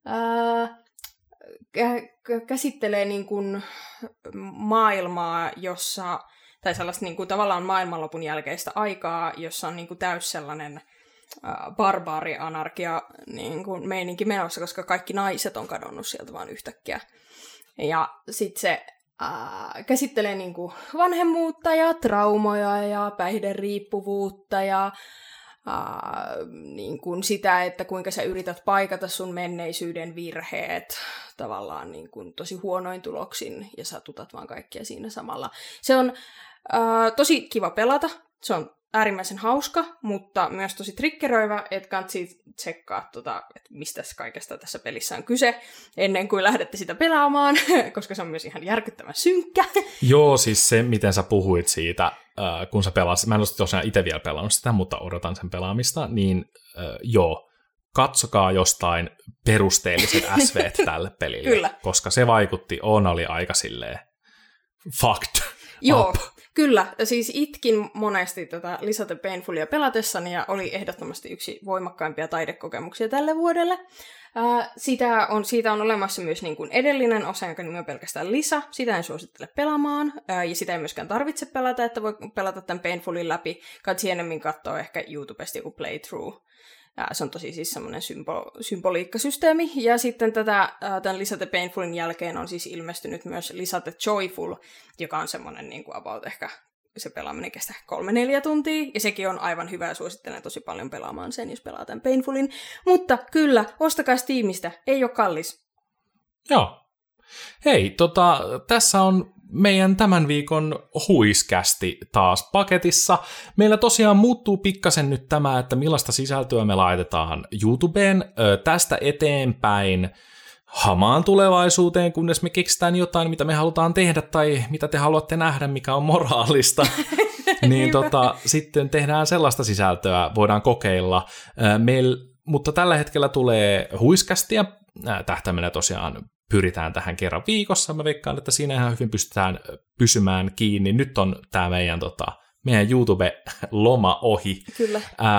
[SPEAKER 2] Käsittelee maailmaa, jossa, tai sellaista tavallaan maailmanlopun jälkeistä aikaa, jossa on täys sellainen barbaari-anarkia meininki menossa, koska kaikki naiset on kadonnut sieltä vaan yhtäkkiä. Ja sitten se käsittelee vanhemmuutta ja traumoja ja päihderiippuvuutta ja sitä, että kuinka sä yrität paikata sun menneisyyden virheet tavallaan tosi huonoin tuloksin ja satutat vaan kaikkia siinä samalla. Se on tosi kiva pelata. Se on äärimmäisen hauska, mutta myös tosi triggeröivä, että kannattaa tsekkaa, että mistä kaikesta tässä pelissä on kyse, ennen kuin lähdette sitä pelaamaan, koska se on myös ihan järkyttävän synkkä.
[SPEAKER 1] Joo, siis se, miten sä puhuit siitä, kun sä pelasit, mä en ole tosiaan itse vielä pelannut sitä, mutta odotan sen pelaamista, niin joo, katsokaa jostain perusteelliset SV:t tälle pelille,
[SPEAKER 2] Kyllä.
[SPEAKER 1] koska se vaikutti, oli aika silleen fucked
[SPEAKER 2] Joo,
[SPEAKER 1] up.
[SPEAKER 2] kyllä. Siis itkin monesti tätä Lisa the Painfulia pelatessani ja oli ehdottomasti yksi voimakkaimpia taidekokemuksia tälle vuodelle. Siitä on olemassa myös niin kuin edellinen osa, jonka nimi on pelkästään Lisa. Sitä en suosittele pelaamaan, ja sitä ei myöskään tarvitse pelata, että voi pelata tämän Painfulin läpi. Katsi enemmän katsoa ehkä YouTubesta joku playthrough. Se on tosi siis semmoinen symboliikkasysteemi. Ja sitten tämän Lisa the Painfulin jälkeen on siis ilmestynyt myös Lisa the Joyful, joka on semmoinen niin kuin about ehkä se pelaaminen kestää 3-4 tuntia. Ja sekin on aivan hyvä ja suosittelen tosi paljon pelaamaan sen, jos pelaa tämän Painfulin. Mutta kyllä, ostakaa Steamista, ei ole kallis.
[SPEAKER 1] Joo. Hei, tässä on meidän tämän viikon huiskästi taas paketissa. Meillä tosiaan muuttuu pikkasen nyt tämä, että millaista sisältöä me laitetaan YouTubeen tästä eteenpäin hamaan tulevaisuuteen, kunnes me keksitään jotain, mitä me halutaan tehdä tai mitä te haluatte nähdä, mikä on moraalista. Niin sitten tehdään sellaista sisältöä, voidaan kokeilla. Mutta tällä hetkellä tulee huiskästiä. Tähtäimenä tosiaan pyritään tähän kerran viikossa. Mä veikkaan, että siinä ihan hyvin pystytään pysymään kiinni. Nyt on tämä meidän YouTube-loma ohi.
[SPEAKER 2] Kyllä.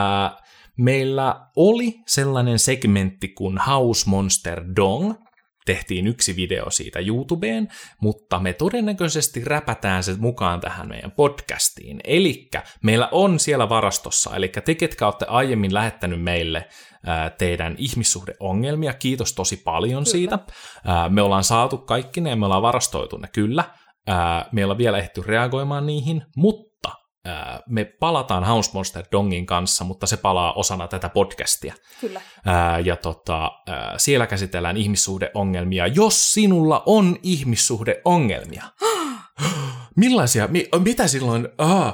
[SPEAKER 1] Meillä oli sellainen segmentti kuin House Monster Dong. Tehtiin yksi video siitä YouTubeen, mutta me todennäköisesti räpätään se mukaan tähän meidän podcastiin. Elikkä meillä on siellä varastossa, eli te, ketkä olette aiemmin lähettänyt meille teidän ihmissuhdeongelmia, kiitos tosi paljon kyllä. siitä. Me ollaan saatu kaikki ne ja me ollaan varastoitu ne kyllä. Me ollaan vielä ehty reagoimaan niihin, mutta me palataan House Monster Dongin kanssa, mutta se palaa osana tätä podcastia.
[SPEAKER 2] Kyllä.
[SPEAKER 1] Ja siellä käsitellään ihmissuhdeongelmia, jos sinulla on ihmissuhdeongelmia. Millaisia? Mitä silloin?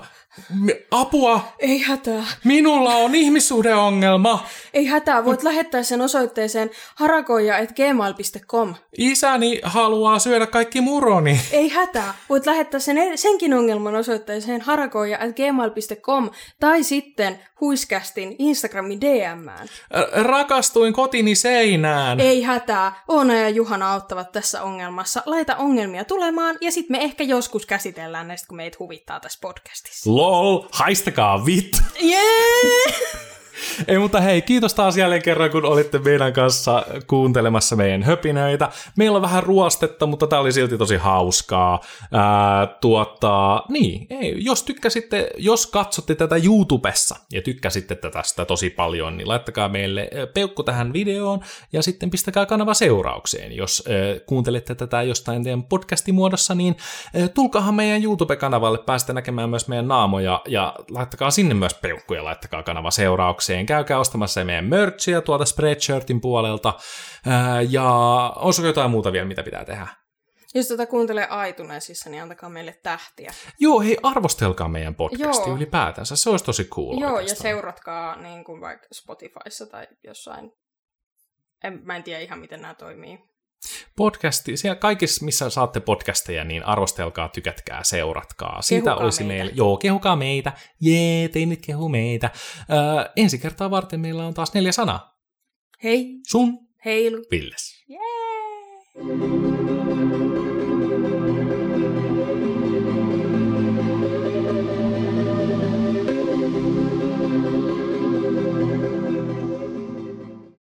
[SPEAKER 1] Apua!
[SPEAKER 2] Ei hätää.
[SPEAKER 1] Minulla on ihmissuhdeongelma.
[SPEAKER 2] Ei hätää, voit lähettää sen osoitteeseen harakoija@gmail.com.
[SPEAKER 1] Isäni haluaa syödä kaikki muroni.
[SPEAKER 2] Ei hätää, voit lähettää senkin ongelman osoitteeseen harakoija@gmail.com tai sitten huiskästin Instagramin DM:ään.
[SPEAKER 1] Rakastuin kotini seinään.
[SPEAKER 2] Ei hätää, Oona ja Juhana auttavat tässä ongelmassa. Laita ongelmia tulemaan ja sitten me ehkä joskus käsitellään näistä, kun meitä huvittaa tässä podcastissa.
[SPEAKER 1] LOL, haistakaa vittu.
[SPEAKER 2] Yeah!
[SPEAKER 1] Ei, mutta hei, kiitos taas jälleen kerran, kun olitte meidän kanssa kuuntelemassa meidän höpinöitä. Meillä on vähän ruostetta, mutta tää oli silti tosi hauskaa. Jos katsotte tätä YouTubessa ja tykkäsitte tästä tosi paljon, niin laittakaa meille peukku tähän videoon ja sitten pistäkää kanava seuraukseen. Jos kuuntelette tätä jostain teidän podcastimuodossa, niin tulkaahan meidän YouTube-kanavalle, päästä näkemään myös meidän naamoja ja laittakaa sinne myös peukku ja laittakaa kanava seuraukseen. Käykää ostamassa meidän merchia tuolta Spreadshirtin puolelta. Ja onko jotain muuta vielä, mitä pitää tehdä?
[SPEAKER 2] Jos kuuntelee iTunesissa, niin antakaa meille tähtiä.
[SPEAKER 1] Joo, hei, arvostelkaa meidän podcastia ylipäätänsä. Se olisi tosi cool.
[SPEAKER 2] Joo,
[SPEAKER 1] oikeastaan.
[SPEAKER 2] Ja seuratkaa niin kuin vaikka Spotifyssa tai jossain. Mä en tiedä ihan, miten nämä toimii.
[SPEAKER 1] Podcasti, siellä kaikissa, missä saatte podcasteja, niin arvostelkaa, tykätkää, seuratkaa. Siitä
[SPEAKER 2] kehukaa
[SPEAKER 1] olisi
[SPEAKER 2] meitä.
[SPEAKER 1] meillä. Joo, kehukaa meitä. Jee, teinit kehu meitä. Ensi kertaa varten meillä on taas 4 sanaa.
[SPEAKER 2] Hei.
[SPEAKER 1] Sun.
[SPEAKER 2] Heilu.
[SPEAKER 1] Villes.
[SPEAKER 2] Yeah.